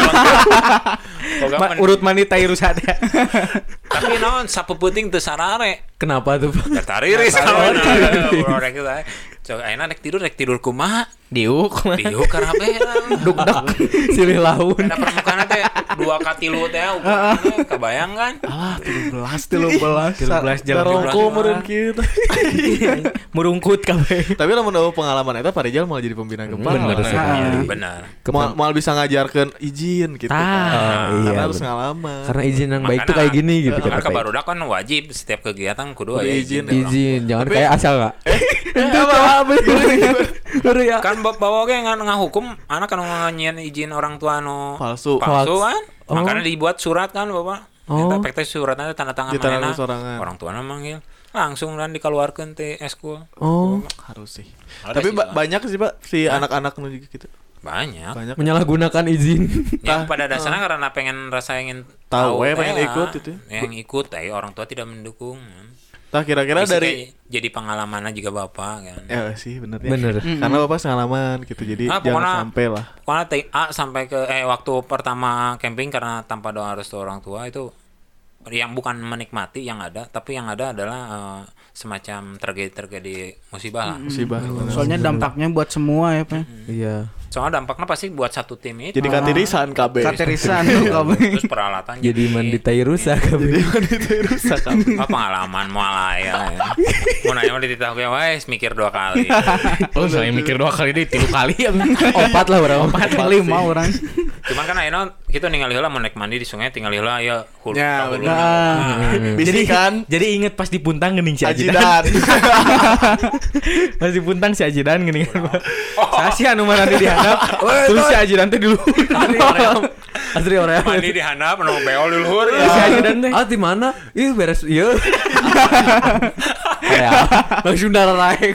Ma- urut mani tai rusak teh. Tapi naon sapeuputing teu sarare. Kenapa tuh Pak? Tertariris orang kita. Cok ayeuna rek tidur rek tidur kumaha? Diuk mah. Diuk karabean. Duk-dak silih laun. Ada permukaan teh dua ka tilu teh ukuranna kebayang kan? alah tilu belas tilu belas tilu belas jam. Darongko meureun kieu. Murungkut kabeh. Tapi lamun eueuh pengalaman eta Pak Rijal malah jadi pembina gempala. Bener sih. Benar. Benar. Mal, mal bisa ngajarkeun izin gitu Tah. kan. Iya, Karena harus bener. ngalaman. Karena izin yang baik tuh Makanya, kayak gini gitu Kan kata Pak. kabarudak kan wajib setiap kegiatan kudu Kudu aya izin. izin. Izin, jangan kayak asal Kak. Itu apa? Baru ya. Kan bawa ge ngan ngahukum anak kan nganyian izin orang tua anu Palsu. palsu Palsu. kan. Oh. Makanya dibuat surat kan Bapak. Oh. Eta pek teh suratna tanda tangan Ditandatangan manehna. sorangan. Orang tuana manggil langsung dan dikeluarkeun teh eskul. Oh, Harus sih. Ada Tapi sih, ba- Pak. banyak sih Pak si anak-anak nu juga gitu. Banyak. Banyak. menyalahgunakan izin. Yang pada dasarnya karena pengen rasa ingin Tahu, tahu, eh, pengen eh, ikut ah, itu. Yang ikut, eh orang tua tidak mendukung. Tah kira-kira Bisa dari kayak jadi pengalamannya juga bapak kan. ya sih bener ya. Bener. Karena Bapak pengalaman gitu. Jadi Ah, jangan pokoknya- sampai lah. Pokoknya T A sampai ke eh waktu pertama camping karena tanpa doa restu orang tua itu yang bukan menikmati yang ada, tapi yang ada adalah eh, semacam tragedi-tragedi musibah lah. Musibah. Soalnya dampaknya buat semua ya, Pak. Iya. Soalnya dampaknya pasti buat satu tim itu. Jadi katirisan K B. Katerisan tuh kamu. Terus peralatan Jadi mandi tai rusak Jadi kabeh. kan itu rusak K B. apa pengalaman mualaya ya. Mau nanya mah dititah gue wes mikir dua kali. Oh, saya mikir dua kali deh, tilu kali ya. Opat lah orang opat. Lima orang. Cuman kan ayeuna kita ningali heula mau naik mandi di sungai tinggal heula ya hul. Ya, hulu- benar. Nah, Bisi kan Jadi inget pas di Puntang geuning si Ajidan. Ajidan. Pas di Puntang si Ajidan geuning. Saya sih anu mana di dihandap. Terus si Ajidan teh dulu. Asli orang. mandi di handap nu beol di luhur Si ya. Ajidan teh. Ah di mana? Ih beres iya. Ya, langsung darah naik.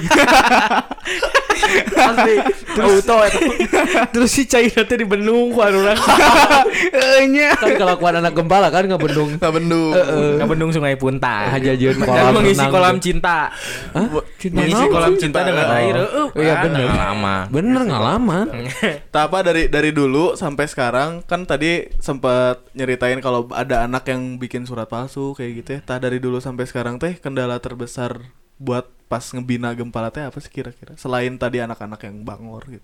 Asli auto itu. Terus si Caina teh dibendung ku anu urang. Enya. Kan kelakuan anak gembala kan nggak bendung. Enggak bendung. Ngabendung Sungai Puntang. Hajajeun Dan kolam mengisi renang kolam gitu. cinta. Hah? Cinta Mengisi naon? kolam cinta dengan Oh. air. Heeh. Iya, bener. Lama. Bener ngalaman. Tak apa dari dari dulu sampai sekarang kan tadi sempat nyeritain kalau ada anak yang bikin surat palsu kayak gitu ya. Tah dari dulu sampai sekarang teh kendala terbesar buat pas ngebina Gempala teh apa sih kira-kira? Selain tadi anak-anak yang bangor gitu.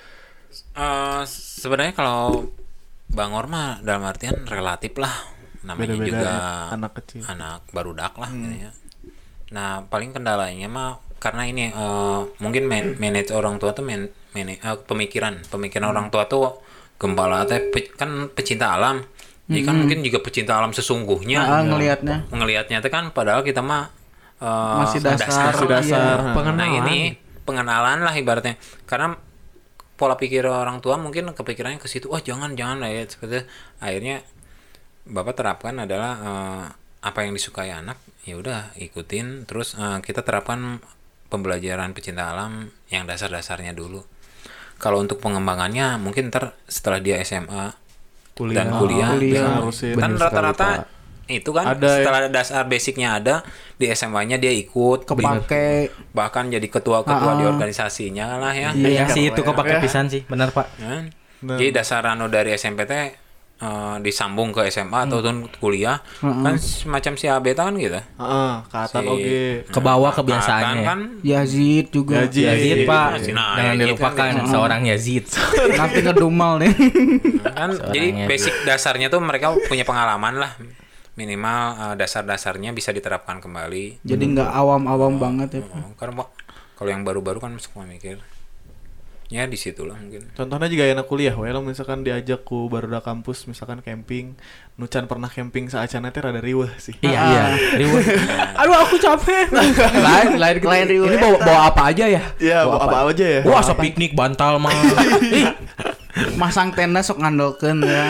Eh, sebenarnya kalau bangor mah dalam artian relatif lah. Namanya Beda-beda juga ya, anak kecil. anak barudak lah gitu ya. Nah, paling kendalanya mah karena ini eh, mungkin man- manage orang tua tuh man- man- eh, pemikiran, pemikiran orang tua tuh Gempala teh pe- kan pecinta alam. Jadi kan mungkin juga pecinta alam sesungguhnya. Ah, ngelihatnya. Ngelihatnya teh kan padahal kita mah eh, Masih dasar. Masih dasar. Iya. Nah, Nah Pengenalan. ini pengenalan lah ibaratnya karena pola pikir orang tua mungkin kepikirannya ke situ, wah jangan jangan lah ya seperti itu. Akhirnya bapak terapkan adalah eh, apa yang disukai anak ya udah ikutin terus eh, kita terapkan pembelajaran pecinta alam yang dasar-dasarnya dulu. Kalau untuk pengembangannya mungkin ntar setelah dia S M A Kuliah. dan kuliah, Oh, kuliah. bisa- Harusin. kan Bener sekali, rata-rata Pak. itu kan Ada ya. setelah dasar basicnya ada di S M A-nya dia ikut Kepake. bahkan jadi ketua-ketua Ah, di ah. organisasinya lah ya. Iya sih itu Ya. kepake pisan sih, benar Pak. Kan? Nah. Jadi dasar anu dari S M P T eh, disambung ke S M A atau Hmm. kuliah kan semacam si Abeta kan gitu. Heeh, ke atas Si- oge. Ke bawah Nah, kebiasaannya. kan Yazid juga. Yazid. Yazid Pak, Nah, jangan Yazid dilupakan kan. seorang Yazid. Nanti ngedumal nih. kan Seorang jadi Yazid. basic dasarnya tuh mereka punya pengalaman lah. Minimal eh, dasar-dasarnya bisa diterapkan kembali. Jadi nggak awam-awam banget ya, Pak. Oh, karena Pak, kalau yang baru-baru kan suka mikir. Ya di situlah mungkin. Contohnya juga anak kuliah we lo misalkan diajak ku barudak kampus misalkan camping, nucan pernah camping saacana teh rada riweuh sih. Iya, Ah. iya. Riweuh. Aduh aku capek. Lain lain Lain riweuh. Ini bawa bawa apa aja ya? Iya, apa, apa aja ya? Wah, asa piknik bantal mah. Ih, Masang tenda sok ngandelkeun ya.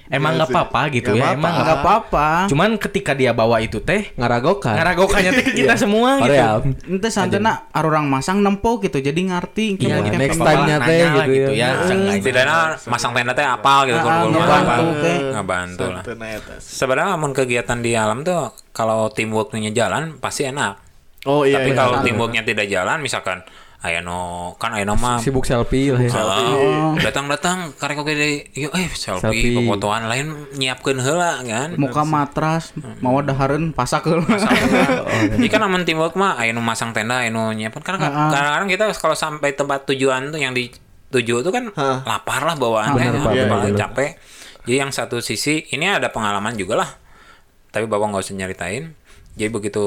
emang Iya nggak sih. apa-apa gitu Nggak ya, apa-apa. emang nggak Enggak apa-apa. Cuman ketika dia bawa itu teh, Ngaragokan. ngaragokannya teh kita semua gitu. Korea. Ente santana orang masang nempo gitu jadi ngerti Iya, kayak next camping. time-nya teh Nanya lah gitu ya. seenggaknya. Setidaknya masang tenda teh apa gitu Ah, kalau ngebantu, oke. ngebantu lah. Santai na eta. Sebenarnya namun kegiatan di alam tuh kalau teamworknya jalan pasti enak. Oh iya. Tapi iya. kalau teamworknya tidak jalan, misalkan aya no kan aya no mah Sibuk selfie lah ya. ah, datang-datang karek oge deui yuk eh selfie, Selfie. fotoan lain nyiapkeun heula kan. Muka matras, mau dahareun pasak heula. Ini kan aman teamwork mah aya nu masang tenda, aya nu nyiapin. Karena Ah. kadang-kadang kita kalau sampai tempat tujuan tuh yang dituju tuh kan Ah. lapar lah bawaannya, Bener, ya, Pak, kepala bener. capek. Jadi yang satu sisi ini ada pengalaman juga lah. Tapi Bapak nggak usah nyeritain. Jadi begitu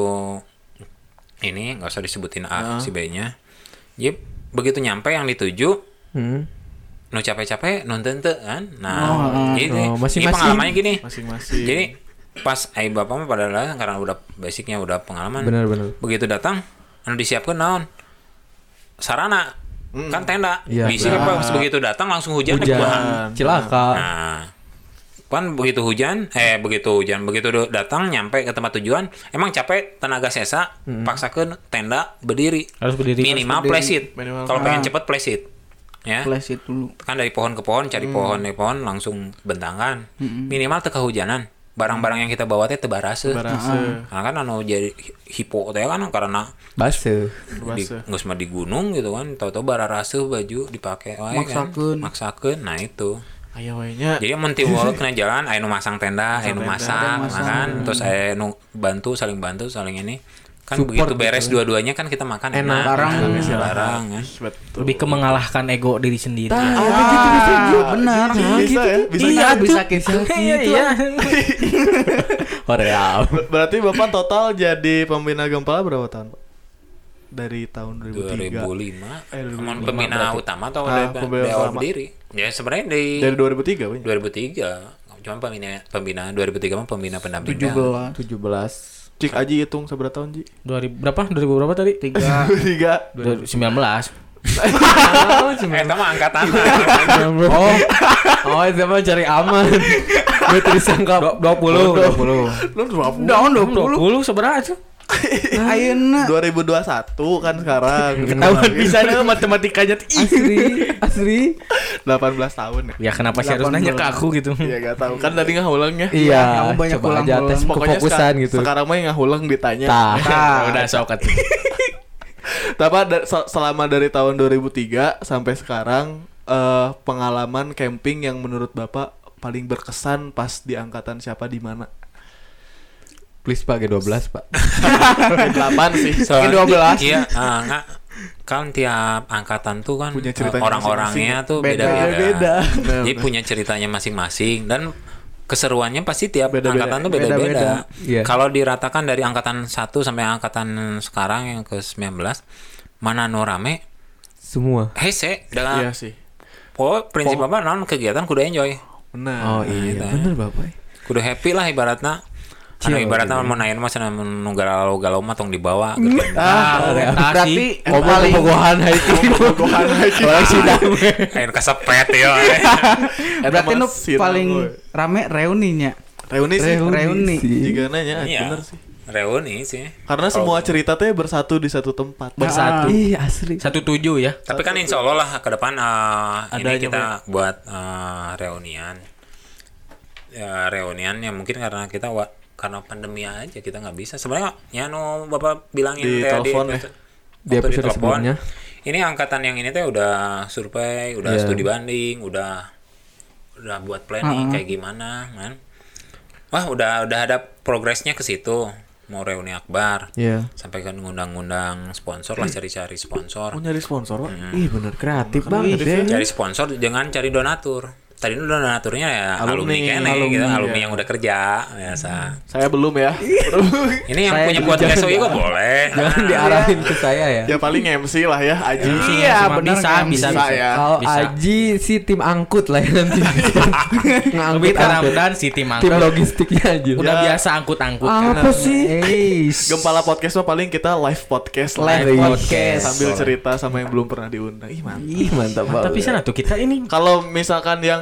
ini nggak usah disebutin A si B-nya. Jadi begitu nyampe yang dituju, Hmm. nu capek-capek nonton tuh kan. Nah, Oh, jadi oh, ini masing-masing. pengalamannya gini. Masing-masing. Jadi pas ai bapak mah padahal karena udah basicnya udah pengalaman. Bener-bener. Begitu datang, anu disiapkan naon? Sarana. Kan tenda. Iya. Bisi kan pas begitu datang langsung hujan. Hujan. kumaha. Cilaka. Nah, kan begitu hujan, eh begitu hujan, begitu do- datang nyampe ke tempat tujuan, emang capek tenaga sesa, paksakeun tenda berdiri. Harus berdiri. Minimal berdiri. plesit. Minimal. Kalau pengen cepet plesit. Ya. Flash it dulu. Kan dari pohon ke pohon, cari pohon dari pohon langsung bentangan. Minimal teu kehujanan. Barang-barang yang kita bawa teh teu barase. Barase. Nah, kan anu jadi hipo teh kan karena Base. di, Base. geus mah di gunung gitu kan, tahu-tahu bararase baju dipake wae kan. Maksakeun. Maksakeun. Nah itu. Aya we nya. Jadi mun teamwork na jalan aya nu masang tenda, aya nu tenda, masak, masak. makan, terus aya nu bantu saling bantu, saling ini. Kan Support begitu beres gitu. dua-duanya kan kita makan Enak. enak. Barang. Bisa barang kan. Betul. Lebih ke mengalahkan ego diri sendiri. Ah, benar. Bisa ya? Bisa Iya, kan? bisa gitu. Iya iya. Korea. Ber- Berarti Bapak total jadi pembina Gempala berapa tahun, Pak? Dari tahun dua ribu dua tiga. ribu lima Eh, dua ribu Emang lima pembina berarti. utama atau Ah, dari, pembina dari awal utama. berdiri? Ya sebenarnya dari, Dari dua ribu tiga, Pak. dua ribu tiga. Cuma pembina pembina dua ribu tiga mah pembina pendamping. tujuh belas. tujuh belas. Cik Aji hitung seberapa tahun, Ji? dua ribu berapa? dua ribu berapa tadi? tiga. tiga. dua ribu sembilan belas. Eh, itu mah angkatan. Oh. Oh, itu mah cari aman. Gue tersangka dua puluh. dua puluh. Lu dua puluh. Daun dua dua puluh. puluh seberapa tuh? Ayeuna. dua ribu dua puluh satu kan sekarang. Ketahuan bisa nih matematikanya. Ih. asli, asli. delapan belas tahun ya. Ya kenapa sih harus nanya ke aku gitu? Iya gak tahu. Kan tadi ngahulangnya. Iya, kamu banyak coba aja ulang-ulang. tes Pokoknya kefokusan seka- gitu. Sekarang mah yang ngahulang ditanya. Tah. Ah, udah sok atuh. Tapi da- sel- selama dari tahun dua ribu tiga sampai sekarang eh, pengalaman camping yang menurut Bapak paling berkesan pas di angkatan siapa di mana? Please Pak G dua belas, Pak. delapan sih. Soalnya- dua belas. Iya, ah, nggak. Kan tiap angkatan tuh kan Punya eh, ceritanya orang-orangnya masing-masing. tuh Beda-beda. beda-beda. Benar, Jadi benar. punya ceritanya masing-masing dan keseruannya pasti tiap Beda-beda. angkatan tuh beda-beda. Beda-beda. Iya. Kalau diratakan dari angkatan satu sampai angkatan sekarang yang ke sembilan belas, mana nu rame? Semua. Hese, Iya dengan sih. oh, prinsip apa non kegiatan kudu enjoy. Benar. Oh iya, Nah, bener Bapak. Kudu happy lah ibaratna. Anu Cia, ibaratna gitu. mun aya mah cenah mun galau-galau mah tong dibawa gitu. Ah, berarti yang paling Bogohan itu. Bogohan lagi. Orang sidang. Ayo kesepet ya. berarti nu Mas Sinang, paling woy. rame reuninya. Reuni sih. Reuni. Jika nanya, Iya. bener sih. Reuni sih. Karena semua cerita teh bersatu di satu tempat. Bersatu. Ih, asli. Satu tujuh ya. Tapi kan insya Allah lah ke depan eh, ini Adanya, kita buat eh, reunian. Ya reunian ya mungkin karena kita wa- karena pandemi aja kita nggak bisa. Sebenarnya ya no Bapak bilangin Di teh telepon ya. waktu Di episode telepon. sebelumnya. Ini angkatan yang ini teh udah survei, udah Iya. studi banding, udah udah buat planning kayak gimana kan. Wah, udah udah ada progresnya ke situ. Mau reuni akbar. Iya. Sampai kan ngundang-ngundang sponsor lah, cari-cari sponsor. Mau nyari sponsor, Pak. Hmm. Ih, bener kreatif banget ya. Cari sponsor jangan cari donatur. Tadi dulu donaturnya ya alumni, Alumni, kene alumni, gitu, ya. alumni yang udah kerja biasa. Saya belum ya. Ini yang Saya punya juga podcast jangan- juga boleh. Jangan Nah, diarahin ke saya ya. Ya paling M C lah ya, Aji. Iya, Cuma benar bisa, kan? bisa, Bisa bisa. ya. Kalau Bisa. Aji sih tim angkut lah ya nanti. Lebih Ngangkut karena angkut. dan si tim Tim angkut logistiknya aja. udah Ya. biasa angkut-angkut kan. Apa sih? Gempala podcast mah paling kita live podcast lah. Live Live podcast. Sambil cerita sama yang belum pernah diundang. Ih, mantap. Ih, mantap banget. Tapi sana tuh kita ini Kalau misalkan yang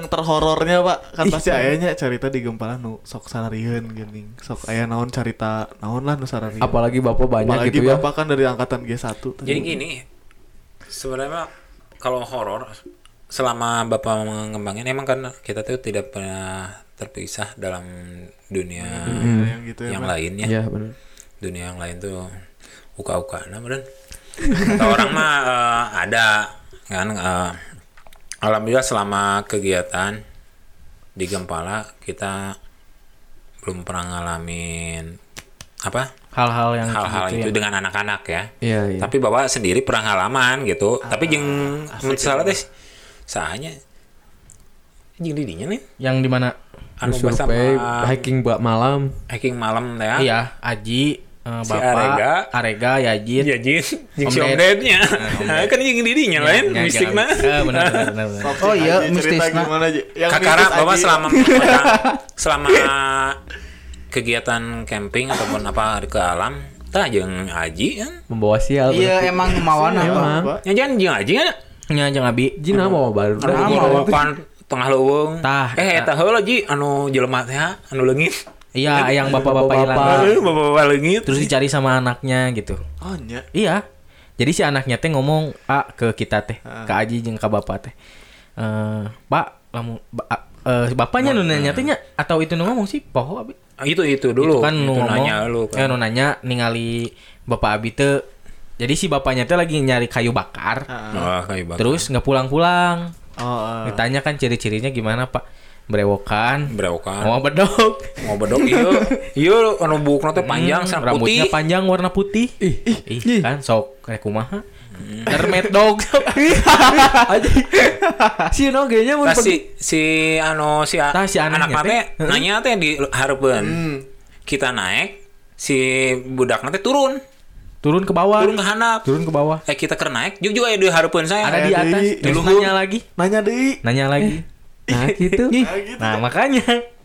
terhorornya Pak kan pasti ayahnya cerita di Gempala nu sok sararieun geuning sok aya naon cerita naon lah nu sararieun Apalagi bapak banyak apalagi gitu ya. bapak kan dari angkatan G satu Jadi gini, sebenarnya kalau horor selama bapak mengembangin emang kan kita tuh tidak pernah terpisah dalam dunia hmm. yang gitu ya yang Pak. lain ya. Iya benar. Dunia yang lain tuh uka-uka nah bener. Kata orang mah uh, ada kan uh, alhamdulillah selama kegiatan di Gempala kita belum pernah ngalamin apa Hal-hal yang hal-hal gitu itu ya. dengan anak-anak ya. Iya iya. Tapi bapak sendiri pernah ngalaman gitu. Tapi jeung salah teh sahanya jeung didinya nih Yang di mana? anu bahasa survei ma- hiking buat malam. hiking malam teh ya. Iya, Aji, eh, Si Bapak, Arega. Arega, Yajit. Iya jin jeung Om si Om Ded. Dednya. Kan jeung didinya lain Ya, mistik jangan. mah. Eh, benar benar benar. benar. Sok, Oh si iya, Aji cerita mistisna. gimana Ji? Yang Kakara mistis bapak Aji. selama selama kegiatan camping ataupun apa ke alam tah jeung Aji kan. Membawa sial. Iya emang kemauan Emang. apa? Nya jangan jeung Aji kan. Nya jeung Abi. Jina mau baru. Anu bawakan tengah leuweung. Tah, Eh eta heula Ji anu jelema teh anu leungit. Iya, yang bapak-bapak hilang. Bapak-bapak. Eh, bapak-bapak leungit. Terus dicari sama anaknya gitu. Oh nya Iya. Jadi si anaknya teh ngomong A ke kita teh, ke Aji jeung ka bapak teh. Eh, Pak, lamun ba, eh bapaknya nu nanya teh nya atau itu nu ngomong sih poho Abi. Ah, itu itu dulu. Itu kan Itu nu ngomong. nanya lu Eh, kan. nu nanya ningali bapak Abi teh. Jadi si bapaknya teh lagi nyari kayu bakar. Wah, kayak bakar. Terus nggak pulang-pulang. oh eh. Ditanya kan ciri-cirinya gimana Pak? Berewokan. berewokan. Mau bedog. Mau bedog ieu. Ieu anu bukna teh panjang Hmm, sareng rambutnya putih. panjang warna putih. Ih, ih, kan sok kayak kumaha. Dermet dog. Si no kayaknya mau Tah si si anu si, a- Tah, si anak anaknya teh teh. nanya teh di hareupeun. Kita naik, si budakna teh turun. Turun ke bawah. Turun ke handap. Turun ke bawah. Eh kita keur naik, jeung juga aya di hareupeun saya. Ada di Ada atas. di- Terus di luhur. nanya lagi. nanya deui Nanya lagi. Nah gitu. Nah, gitu. Nah, makanya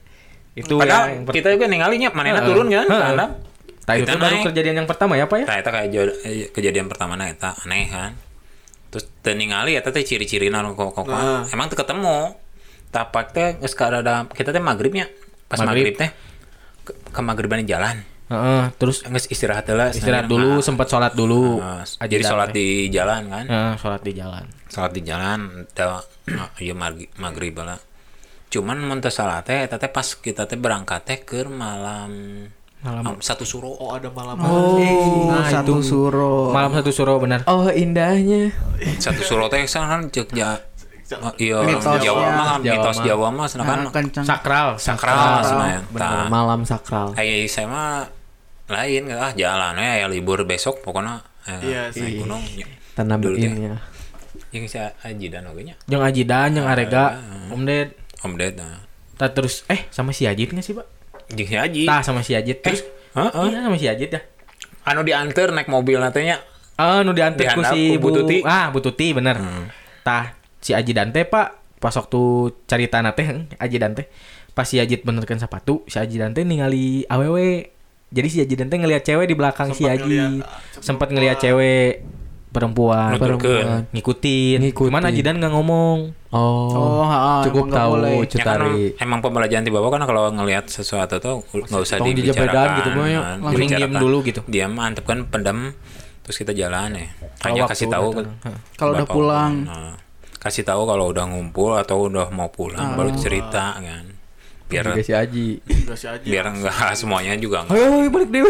itu Padahal ya yang per- kita juga ningalinya manehna Heeh. turun kan ke Heeh. handap. Tah, itu Kita baru naik. kejadian yang pertama ya Pak ya? Tah eta kayak jo- eh, kejadian pertama na eta aneh kan. Terus teu ningali eta teh ciri-cirina nu kok Nah. emang teu ketemu. Tapak teh geus kada kita teh magribnya. Pas Maghrib. magrib teh ke, ke maghriban di jalan. Heeh, terus Geus istirahat heula. istirahat dulu, sempat sholat dulu. Nah, Aji jadi dan sholat teh. di jalan kan. Heeh, sholat di jalan. Sholat di jalan da ieu magrib lah. Cuman mun teu salah teh eta teh pas kita teh berangkat teh keur malam Malam. um, satu suro. oh ada malam Oh, Nah, satu itu. suro. Malam satu suro benar. Oh indahnya. Satu suro teh kan cek ja oh, iya Mitosnya. Jawa mah kan Jawa mitos mah. Jawa mah Nah, kan kencang. Sakral, sakral sebenarnya. Bener, Tah, malam sakral. ai saya mah lain ah jalan we aya libur besok pokoknya eh, Iya naik sih. gunung. Tanam Dulu teh. in ya. Yang si Aji dan oge nya. Jeung Aji Dan, jeung Arega, Om Ded. Om Ded. Nah. Tah terus eh sama si Ajit nggak sih Pak? Jeung si Aji. Tah sama si Ajit. Terus Heeh. iya sama si Ajit ya. Anu diantar naik mobil nantinya. Ah, nu diantar ku Dihandap si ku Bu Tuti. Ah, Bu Tuti bener. Tah si Aji Dan teh Pak, pas waktu carita teh Aji Dan teh pas si Ajit benerkeun sepatu, si Aji Dan teh ningali awewe. Jadi si Aji Dan teh ngelihat cewek di belakang si Sempat Aji. ngeliat, ah, Sempat ngelihat cewek perempuan, Nuturkeun. perempuan ngikutin. Ngikutin. Cuman Aji Dan nggak ngomong. Oh. Oh, ha, cukup emang nggak tahu boleh. Ya kan Cutari. emang pembelajaran di bawah kan kalau ngelihat sesuatu tuh nggak usah tong dibicarakan. dijebedan gitu mah ya. kan. Langsung Dibicarakan. diem dulu gitu. Diam antep kan pendem terus kita jalan ya. Hanya waktu kasih tahu datang. ke- Hah. Kalau udah bapak, pulang. nah, kasih tahu kalau udah ngumpul atau udah mau pulang baru cerita kan. Biar Juga si Aji. Enggak sih aja biar enggak semuanya juga enggak. Ayo balik dewe.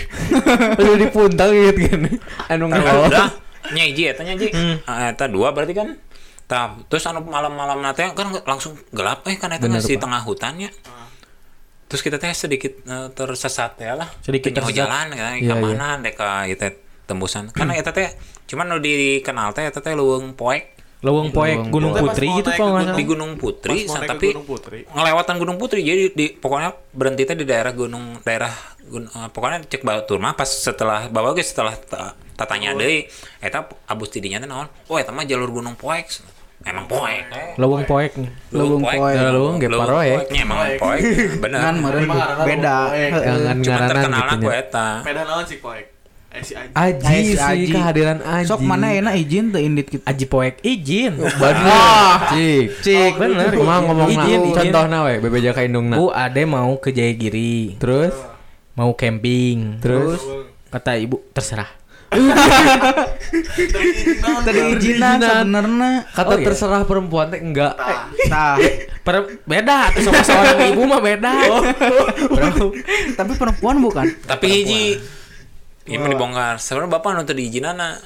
Udah dipuntang gitu kan. Anu Kan nggak. udah nyaji eta nyaji. Ah, eta dua berarti kan. Tah, terus anu malam-malam nate kan langsung gelap eh kan eta Bener, di Pak. tengah hutannya. Terus kita teh sedikit eh, tersesat ya lah. Sedikit Teu nyaho tersesat. jalan kan Iya, ke mana dek ka ieu teh tembusan. Karena eta teh cuman nu dikenal teh eta teh leuweung poek Leuweung Poek Gunung Poek. Putri Pas mau gitu naik kalau nggak ke salah. di Gunung Putri Pas mau naik ke tapi Gunung Putri. ngelewatan Gunung Putri jadi di pokoknya berhenti teh di daerah gunung daerah gun, eh, pokoknya cek batur mah pas setelah bawa ge setelah ta- tatanya deui eta abus tidinya teh naon oh eta mah jalur Gunung Poek emang poek eh. Leuweung Poek nih. Leuweung poek. Leuweung ge paroek. poeknya emang poek bener Kan meureun beda. Poek. Heeh. Jangan cuma ngaranan terkenal gitu aku nya. eta Sepeda naon sih poek? Eh, si Aji. Aji Aji, sih Aji. kehadiran Aji. Sok mana enak izin teu indit gitu. Aji poek izin. Bener. Cik, Cik, bener. Kumaha ngomongna? Izin, izin. Contohna we bebeja ka indungna. Bu ade mau ke Jayagiri, Terus mau camping. terus Kata ibu terserah. Tadi izinan sebenarnya. kata Oh, iya. terserah perempuan teh enggak. Tah. Per beda tuh sama seorang ibu mah beda. Bro. Tapi perempuan bukan. Tapi hiji ini mah dibongkar. Sebenarnya bapak nonton diizinana.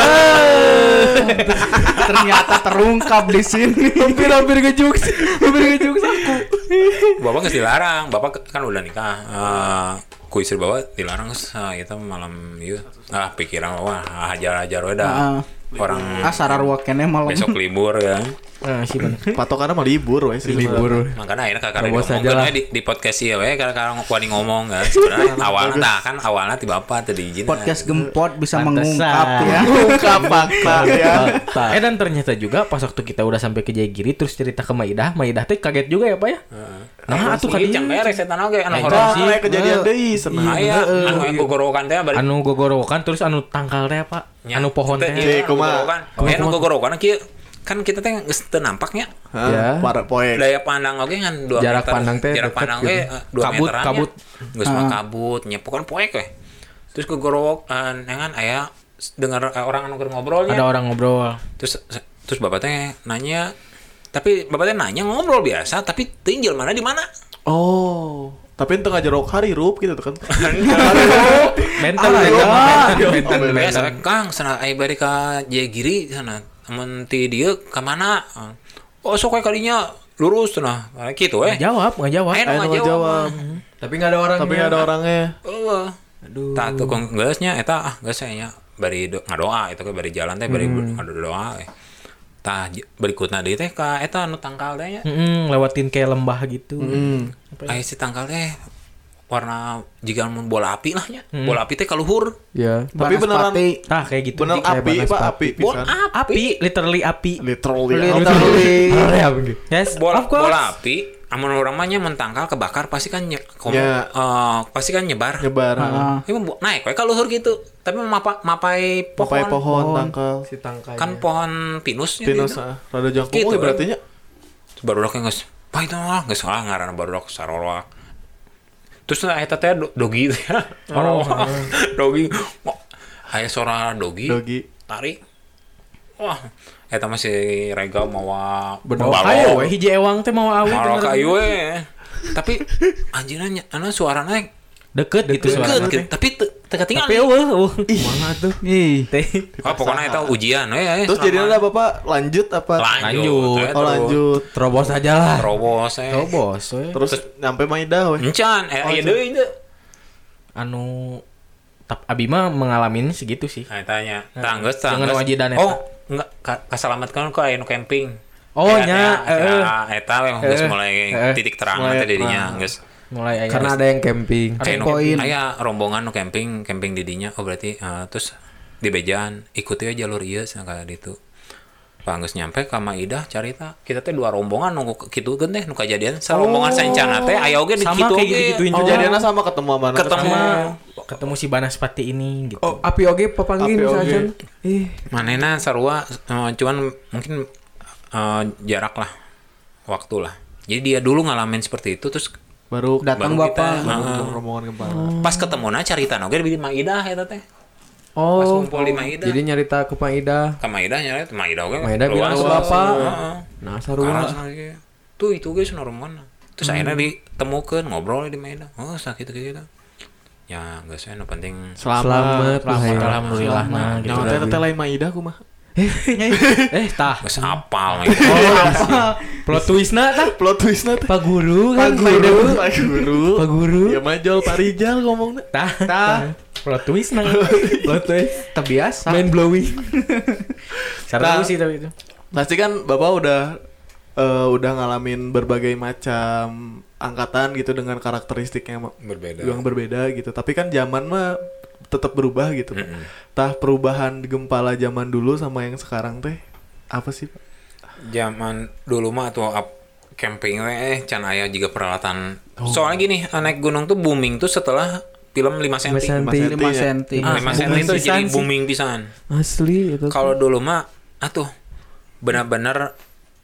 Ternyata terungkap di sini. Hampir-hampir ngejuk. Hampir ngejuk aku. Bapak geus dilarang. Bapak kan udah nikah. Eh, ku istri bapak dilarang geus ah, eta malam ieu. Ah, pikiran wah hajar-hajar we dah. Heeh. Orang Ah sararua keneh malam. besok libur kan. Nah, sih bener. Patokannya mah libur we sih. Libur. Makanya akhirnya kakak Terobos ngomong aja lah. kan di, di podcast ieu we kakak kuani ngomong kan. Sebenarnya awalnya tah kan awalnya ti bapak teh diizinin. Podcast gempot bisa Pantesan. mengungkap ya. Ungkap fakta ya. Eh dan ternyata juga pas waktu kita udah sampai ke Jayagiri terus cerita ke Maidah, Maidah teh kaget juga ya Pak ya. Nah, atuh Kali kadinya. can beres eta oge anu Nah, horor sih. Kayak kejadian deui senang. Aya anu yang gogorokan teh bari Anu gogorokan terus anu tangkal teh Pak. nya. Anu pohon teh. Teu, Cek, kumaha? gogorokan. Eh anu gogorokan kieu kan kita teh geus teu nampaknya. Ya. Para poek. Daya pandang oge ngan dua Jarak meter. pandang teh jarak deket pandang gitu. ge eh, dua Kabut, meteran kabut. Geus mah kabut nya pokoknya poek we. Terus gogorokan ngan aya dengar eh, orang anu keur ngobrolnya. Ada orang ngobrol. Terus terus bapak teh nanya tapi bapak teh nanya ngobrol biasa tapi tinggal mana di mana? Oh. Tapi ente ngajerok hari rup gitu kan. Benten lah itu mah benten, benten, Ya, benten. saya Kang, sana aya bari ka Jayagiri sana. Amun ti dieu ka mana? Oh, sok we kalinya lurus cenah. Kayak gitu we. Nggak jawab, nggak jawab. Ayo Ayo ngajawab. jawab. Tapi enggak ada orangnya. Tapi nggak ada orangnya. Eueuh. Aduh. Tah tuh kong geusnya eta ah geus nya bari do, ngadoa itu ke bari jalan teh bari ngadoa we. Tah j- berikutna deui teh ka eta anu tangkal teh nya. Mm, lewatin kayak lembah gitu. Hmm. Aya si tangkal teh warna jiga mun bola api lah nya. Bola api teh kaluhur. Ya. Tapi beneran Banaspati. Ah, kayak gitu. bener Kayak api Banaspati. Pak, api Bola pisan. api. Api, literally api. Literally. Literally. Ya begitu. Yes, bola of course. bola api amun orang mah nya mun tangkal kebakar pasti kan nye, komo, Ya. eh, pasti kan nyebar. Nyebar. Heeh. Ini mah naik we ka luhur gitu. Tapi mapa, mapai pohon. Papai pohon tangkal. Si tangkainya. Kan pohon pinusnya. Pinus gitu. ah. Rada jangkung Gitu, we berarti nya. Baru dok geus. Pak itu mah geus salah ngaranna baru dok sarorok. Terus eta teh do- dogi teh. Oh, dogi. Wah, aya suara dogi. Dogi. Tarik. Wah, eta masih rega mawa Bawa kayu we hiji ewang teh mau awet. Mawa bener. kayu we. Tapi anjirna nya anu suarana Deket gitu deket suaranya gitu. teh. Tapi teu teu ketinggalan. Tapi eueuh, eueuh. Mana tuh? Ih. Teh. Oh, pokoknya itu ujian we. Terus jadinya ada Bapak lanjut apa? lanjut. Lanjut. Oh lanjut. Terobos aja lah. Terobos eh. Oh, bos we. Terus nyampe Maidah weh. Encan, eh aya deui teu. Anu tap abi mah mengalami segitu sih. Nah, tanya. Tanggeus, Jangan tanggeus. wajidan eta. Oh, enggak ka- kasalamatkeun ku aya nu camping. Oh, Eta nya, teh, heeh. ya, eta we geus Heeh. mulai Heeh. titik terang Mulai- teh didinya geus. Mulai aya. Karena ada yang camping. Aya nu Checkpoint. aya rombongan nu camping, camping di dinya. Oh, berarti eh, terus di bejaan ikuti we jalur ieu cenah kayak ditu. Pak geus nyampe ka Maidah carita. Kita teh dua rombongan nunggu kitukeun teh nu kajadian. Sarombongan saencana teh aya oge di Sama kitu kayak oge. gitu-gituin Oh, juga. jadinya sama ketemu sama anak Ketemu. ketemu si Banaspati ini gitu. Oh, api oge papanggih Api oge. saja. Ih, Manena sarua eh, cuman mungkin eh, jarak lah waktu lah. Jadi dia dulu ngalamin seperti itu terus baru Datang baru kita, Bapak. heeh. rombongan kemana? pas ketemu na carita oge di Maidah eta teh. Pas oh. ngumpul di Maidah. Jadi nyarita ke Maida. Ka Maidah nyari Maidah oge. Maida bilang ke luas. Bapak. Heeh. Nah, Karas sarua. lagi. Tuh itu guys normal. Terus akhirnya ditemukan ngobrol di Maidah. Oh sakit gitu. Ya enggak sih, no penting. Selamat, Selamat, Hai. alhamdulillah nah gitu. Nyawa teh teh lain Maidah kumaha? Eh, tah. Geus apal mah. Plot twistna tah. Plot twistna teh. Pak guru kan Pak guru, Pak guru. Pak guru. Ya majol Pak Rijal ngomongnya. Tah, tah. Plot twistna. Plot twist. Terbiasa. Mind blowing. Seru sih tapi itu. Pasti kan Bapak udah eh, udah ngalamin berbagai macam angkatan gitu dengan karakteristiknya ma- Berbeda. yang berbeda gitu. Tapi kan zaman mah tetap berubah gitu, Pak. Mm-mm. Tah perubahan gempala zaman dulu sama yang sekarang teh apa sih, Pak? Zaman dulu mah tuh up camping we eh can aya juga peralatan. Soalnya gini, naik gunung tuh booming tuh setelah film lima senti. lima senti. Ah, lima senti itu jadi booming pisan. Asli itu. Kalau dulu mah atuh benar-benar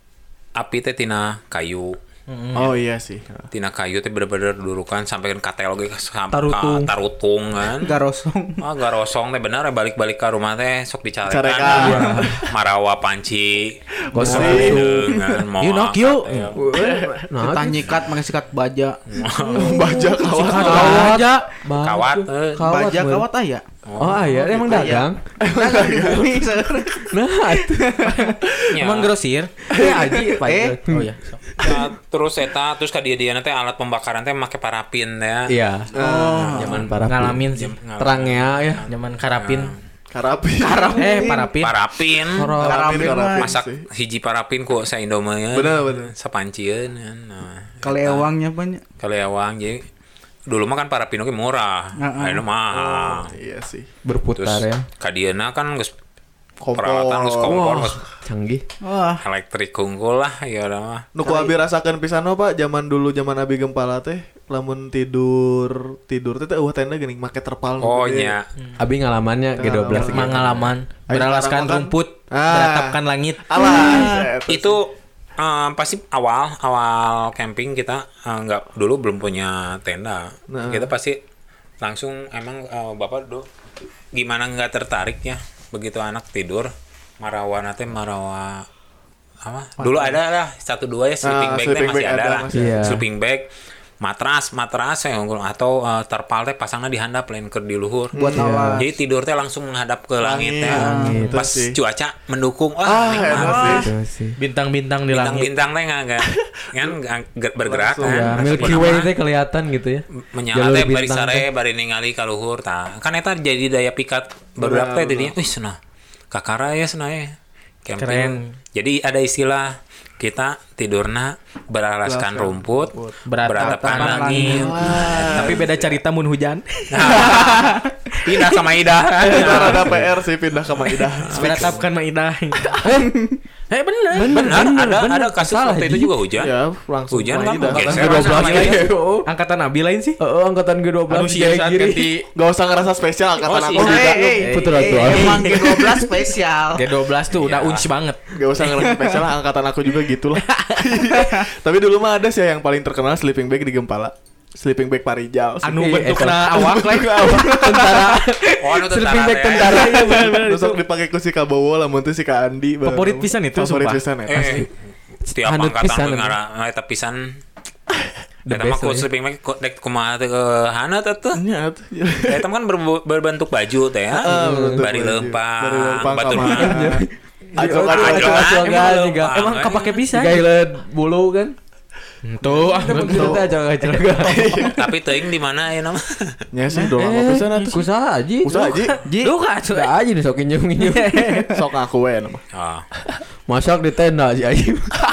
api teh tina kayu. Oh iya sih. Tina kayu teh bener-bener dudukan sampai ke katel ge sampai Tarutung. ka tarutung kan. Garosong. Ah garosong teh bener balik-balik ke rumah teh sok dicarekan. Carekan. Marawa panci. Gosip. Dengan mau. Yuk, nok, yuk. Nah, Kita nyikat pakai sikat baja. Baja kawat. Baja. Kawat. eh. Baja kawat aya. Oh, iya emang dagang. Dagang di bumi sekarang. Nah, itu. Ya. Emang grosir. Eh Aji, eh. Oh iya. Nah, terus eta terus ka dia teh alat pembakaran teh make parafin teh ya. Iya. Oh. Zaman ngalamin sih. Terangnya ya. Zaman karapin. Karapi. Eh, parapin. Parafin. Karapin, karapin Masak sih. hiji parafin kok sa Indomie. Bener, bener. Sapancieun kan. Nah, Kalewangnya banyak. kalewang jadi dulu mah kan parafin oge murah. Heeh. Ayeuna mahal. Iya sih. Berputar Terus ya. kadieuna kan geus Kompor. peralatan geus kompor geus Canggih. Wah, elektrik unggul lah ya udah mah. Nu ku abi rasakeun pisan mah Pak, zaman dulu zaman abi gempala teh lamun tidur tidur teh eueuh tenda geuning make terpal nu Oh gede. nya. Abi ngalamannya G dua belas. Pengalaman. Pengalaman. Ayo, Beralaskan sekarang makan. rumput, Ah. beratapkan langit. Alah. Itu eh, pasti awal awal camping kita eh, nggak dulu belum punya tenda. Nah. Kita pasti langsung emang eh, bapak dulu gimana nggak tertarik ya begitu anak tidur marawa nate marawa apa dulu ada lah satu dua ya sleeping Ah, bag teh sleeping masih bag ada ada, lah masih ada. sleeping bag matras matras ya atau eh, terpal teh pasangnya di handap lain ke di luhur buat awal. jadi tidur teh langsung menghadap ke langit, Langit, ya langit. pas Itu sih. cuaca mendukung wah Ah, nikmat. enak sih. Itu sih. Bintang-bintang di langit. bintang-bintang teh nggak nggak kan nggak ger- bergerak Langsung, kan Ya, Pas Milky beunang Way mah teh kelihatan gitu ya. menyala Jalur teh bari bintang sare teh. bari ningali ka luhur tah kan eta jadi daya pikat barudak teh didinya wih cenah kakara ya cenah ya camping Keren. jadi ada istilah kita tidurna beralaskan rumput beratapkan langit Tapi beda cerita mun hujan. pindah ke Maida Kita rada P R sih pindah ke Maidah. Beratapkan maidah. Eh bener. benar ada ada kasus waktu itu juga hujan Ya, langsung hujan kan Maidah. geser G dua belas sama Maida. Angkatan Abi lain sih. Heeh, angkatan G dua belas. Anu sih saat ganti Gak usah ngerasa spesial angkatan Oh, aku sih. juga. Betul betul. Emang G dua belas spesial. G dua belas tuh udah uns banget. Gak usah ngerasa spesial angkatan aku juga gitulah. Tapi dulu mah ada sih yang paling terkenal sleeping bag di Gempala. Sleeping bag Parijal. Anu Iya, bentukna awak lain. Tentara. oh anu Sleeping tentara bag teh. tentara. Besok dipakai ku si Kabowo lamun teh si Ka Andi. bareng. Favorit pisan itu, Favorit sumpah. pisan ya. eh setiap Handut angkatan pisan, ngara eta pisan The Eta mah best ku lah ya. sleeping bag ku dek kumaha teh ke hana teh tuh. Nya atuh. Eta kan ber- berbentuk baju teh ya. Heeh, berbentuk Bari baju. lempang, Bari lempang batu sama- nian. Ajokan Ajokan. ajokan. Emang Emang, lempang, emang kan? kepake pisan. Gailet bulu kan. Tuh, ah, Kita teh aja Tapi teuing di mana ya nama? Nya sih doang apa pisan atuh. Kusaha aji. Usaha aji. Ji. Duh, ka, cuy. Da aji nih sok injem-injem. Sok aku we nama. Oh. Masak di tenda si aji.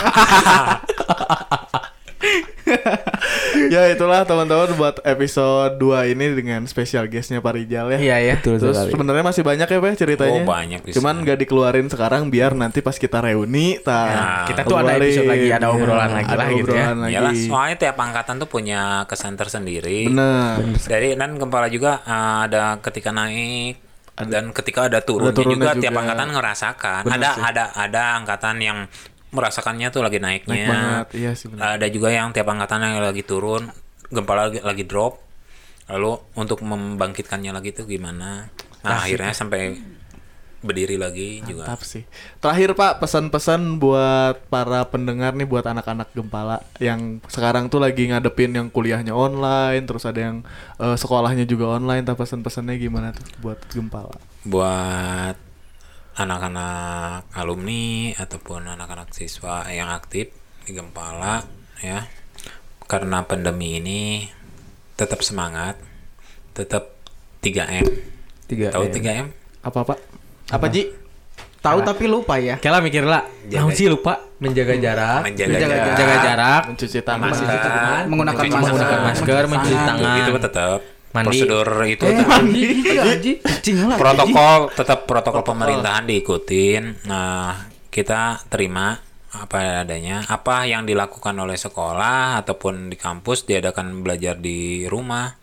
Ya itulah teman-teman buat episode dua ini dengan special guestnya Pak Rijal ya. Iya ya. Betul Terus sekali. sebenarnya masih banyak ya Pak ceritanya. Oh, banyak bisa. Cuman gak dikeluarin sekarang biar nanti pas kita reuni ta. Nah, kita tuh ada episode lagi, ada Iya, obrolan lagi ada lah gitu ya. obrolan lagi. Iyalah, soalnya tiap angkatan tuh punya kesan tersendiri. Bener. Dari dan Gempala juga uh, ada ketika naik dan ketika ada turunnya, turunnya juga, tiap juga. angkatan ngerasakan. Bener ada sih. ada ada angkatan yang merasakannya tuh lagi naiknya. Naik banget. Iya sih benar. Ada juga yang tiap angkatan yang lagi turun, Gempala lagi, lagi drop. Lalu untuk membangkitkannya lagi tuh gimana? Nah, akhirnya sampai berdiri lagi juga. Mantap sih. Terakhir Pak, pesan-pesan buat para pendengar nih, buat anak-anak Gempala yang sekarang tuh lagi ngadepin yang kuliahnya online, terus ada yang eh, sekolahnya juga online. Tapi pesan-pesannya gimana tuh buat Gempala? Buat anak-anak alumni ataupun anak-anak siswa yang aktif di Gempala ya, karena pandemi ini tetap semangat, tetap tiga M. tiga Tahu tiga M? Apa Pak? Apa Ji? Tahu tapi lupa ya. Kela mikir lah. Naon sih lupa? Menjaga jarak. Menjaga, Menjaga jarak, Jaga jarak, Mencuci tangan. Masker. Menggunakan Mencuci masker. menggunakan masker, mencuci tangan. Itu mah tetap Mandi. prosedur itu Eh, tetap mandi. Aji. Cing lah. protokol tetap protokol pemerintahan diikutin. Nah, kita terima apa adanya. Apa yang dilakukan oleh sekolah ataupun di kampus diadakan belajar di rumah.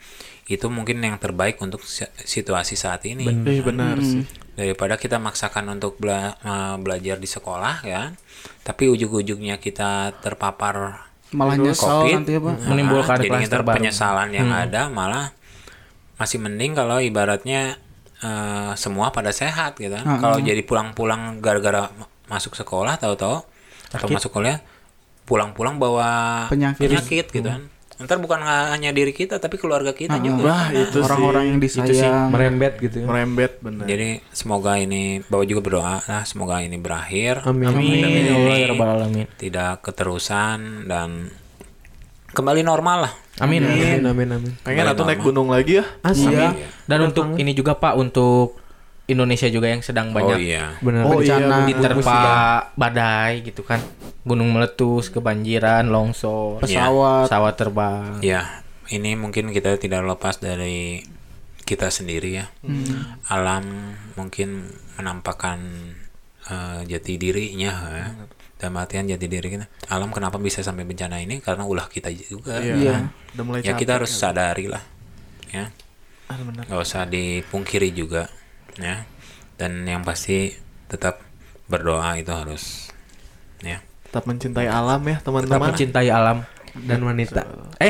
itu mungkin yang terbaik untuk si- situasi saat ini. Eh, benar sih. Daripada kita maksakan untuk bela- uh, belajar di sekolah ya, tapi ujung-ujungnya kita terpapar Malah virus nyesel COVID, nanti ya, Pak. nah, Menimbulkan jadi klaster ntar baru. penyesalan yang ada malah masih mending kalau ibaratnya uh, semua pada sehat gitu kan. Ah, Kalau ah. jadi pulang-pulang gara-gara ma- masuk sekolah tahu-tahu atau masuk kuliah pulang-pulang bawa Penyakit. penyakit gitu kan. Ntar bukan hanya diri kita tapi keluarga kita juga. Wah, itu Orang-orang yang Itu sih disayang. merembet gitu ya. merembet benar. Jadi semoga ini Bapak juga berdoa lah semoga ini berakhir. Amin. Amin. Amin. Ya Allah, Ini ya Rabbal Alamin. tidak keterusan dan kembali normal lah. Amin. Amin amin amin. Pengen Kembali atau naik normal. gunung lagi ya? Asli. Iya. Dan untuk ini juga Pak, untuk Indonesia juga yang sedang Oh banyak iya. Benar. Oh, iya, Bencana. diterpa badai gitu kan, gunung meletus, kebanjiran, longsor, Pesawat. pesawat terbang. Ya, ini mungkin kita tidak lepas dari kita sendiri ya. Alam mungkin menampakkan eh, jati dirinya ya. Dalam artian jati diri kita. Alam kenapa bisa sampai bencana ini? Karena ulah kita juga. Iya. Udah mulai Ya capek kita harus ya. sadari lah. Ya. Ah, benar. Nggak usah dipungkiri juga ya, dan yang pasti tetap berdoa itu harus ya. Tetap mencintai alam ya, Tetap teman-teman. mencintai alam. Dan wanita. Eh,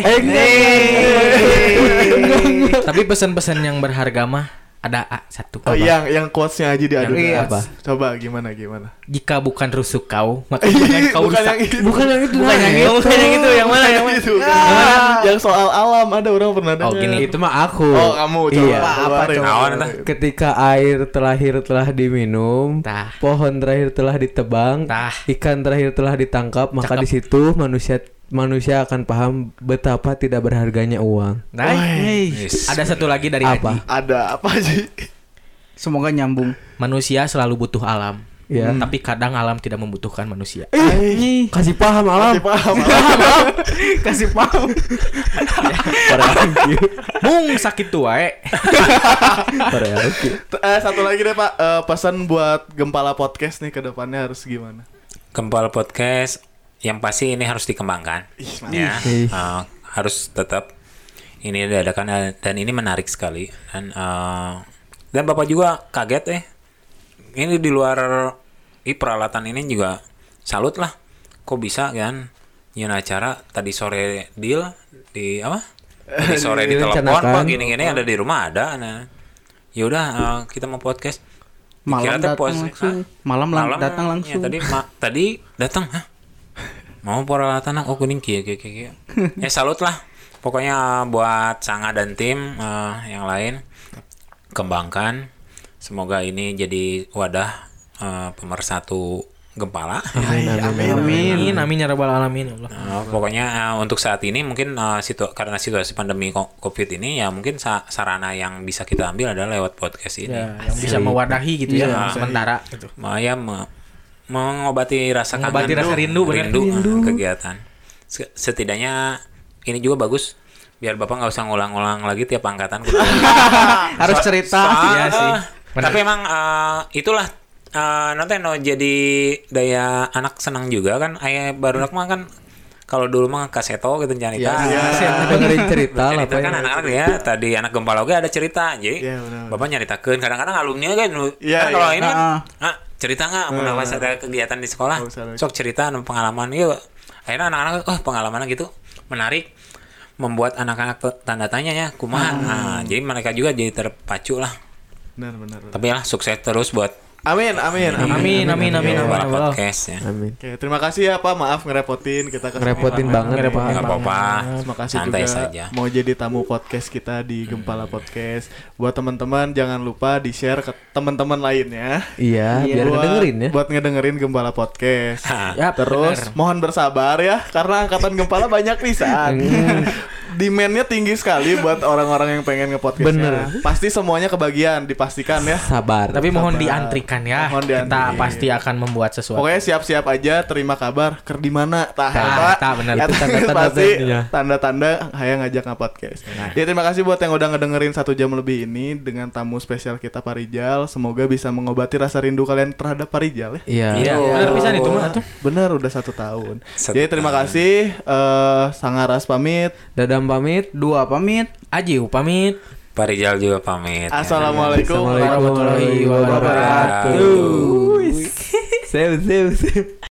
tapi pesan-pesan yang berharga mah ada A, satu. Oh, yang yang quotes-nya Aji diadu. Yang apa? Coba gimana gimana? Jika bukan rusuk kau, maka jangan kau Bukan rusak. yang itu. Bukan yang itu. Bukan yang itu, bukan yang itu, yang mana? Yang mana? Itu. Yang soal alam ada orang pernah Oh, dengar. gini. Itu mah aku. Oh, kamu coba. Iya. keluarin. Awan, entah. Ketika air terlahir telah diminum, Tah. pohon terakhir telah ditebang, Tah. ikan terakhir telah ditangkap, maka Cakep. di situ manusia manusia akan paham betapa tidak berharganya uang. Nah, Yes. ada satu lagi dari Apa? Haji. Ada apa Ji? Semoga nyambung. Manusia selalu butuh alam. Ya. Tapi kadang alam tidak membutuhkan manusia. Eh, kasih paham alam. Masih paham. Kasih paham. Mung sakit tua eh. T- eh, satu lagi deh Pak, Eh, pesan buat Gempala Podcast nih ke depannya harus gimana? Gempal Podcast yang pasti ini harus dikembangkan ya. Ih. Eh, harus tetap ini diadakan dan ini menarik sekali dan eh, dan Bapak juga kaget eh ini di luar i peralatan ini juga salut lah kok bisa kan nyian acara tadi sore deal di apa tadi sore di telepon Direncanakan. Pak gini-gini ada di rumah ada nah ya udah eh, kita mau podcast. Dikira Malam teh datang pos- langsung. Hah? Malam, lang- Malam datang ya, langsung. tadi ma- tadi datang hah mau peralatan oh kuning kia kia kia kia. Ya salut lah pokoknya buat Sanga dan tim eh, yang lain kembangkan semoga ini jadi wadah eh, pemersatu Gempala. Amin, amin, Amin, amin ya rabbal alamin Allah. Nah, pokoknya eh, untuk saat ini mungkin eh, situ karena situasi pandemi ko- COVID ini ya mungkin sa- sarana yang bisa kita ambil adalah lewat podcast ini. Ya, yang bisa mewadahi gitu ya Iya. sementara gitu. Ma- ya me- mengobati rasa Mengobati kangen rasa rindu, bener. rindu, eh, kegiatan. Se- Setidaknya ini juga bagus biar Bapak nggak usah ngulang-ngulang lagi tiap angkatan. Harus cerita. Iya sih. Eh, tapi emang eh, itulah eh, nanti no jadi daya anak senang juga kan. Ayah baru mah kan kalau dulu mah kaseto gitu cerita. Dengerin cerita lah Cerita Pak. kan anak-anak ya tadi anak Gempala oge ada cerita jadi Iya, benar. Bapak nyaritakeun kadang-kadang alumni kan Iya, kan kalau iya. ini kan Heeh. ah, cerita nggak mau pas ada kegiatan di sekolah Nggak usah, nggak sok cerita anu pengalaman yuk akhirnya anak-anak oh pengalaman gitu menarik membuat anak-anak t- tanda tanya ya kumaha nah, jadi mereka juga jadi terpacu lah Benar, benar. benar. tapi lah sukses terus buat Amin, amin, amin. Amin, amin, amin, amin. Gempala amin. podcast ya Amin. Oke, terima kasih ya Pak. Maaf ngerepotin kita kesempatan. Ngerepotin banget ya, Pak. nggak apa-apa Terima kasih santai juga saja mau jadi tamu podcast kita di Gempala Podcast. Buat teman-teman jangan lupa di-share ke teman-teman lainnya. Iya, biar Buat- ngedengerin ya. Buat ngedengerin Gempala Podcast. Ya, Terus mohon bersabar ya karena angkatan Gempala banyak pisan. Demand-nya tinggi sekali buat orang-orang yang pengen nge-podcast. Bener. Pasti semuanya kebagian dipastikan ya. Sabar. Tapi mohon Sabar. diantrikan ya. Mohon Kita diantrikan. pasti akan membuat sesuatu. Pokoknya siap-siap aja terima kabar ker di mana tah Tah, eta. tah, bener. Eta Itu tanda-tanda pasti teh-nya. tanda-tanda hayang ngajak nge-podcast. Ya terima kasih buat yang udah ngedengerin satu jam lebih ini dengan tamu spesial kita Pak Rijal. Semoga bisa mengobati rasa rindu kalian terhadap Pak Rijal ya. Iya. Iya, benar pisan itu mah tuh. Bener udah satu tahun. Satu Jadi terima tahun. kasih eh Sangaras pamit. Dadah pamit. Dua pamit. Aji pamit. Pak Rizal juga pamit. Assalamualaikum Assalamualaikum warahmatullahi wabarakatuh. Wabarakatuh. Save, save, save.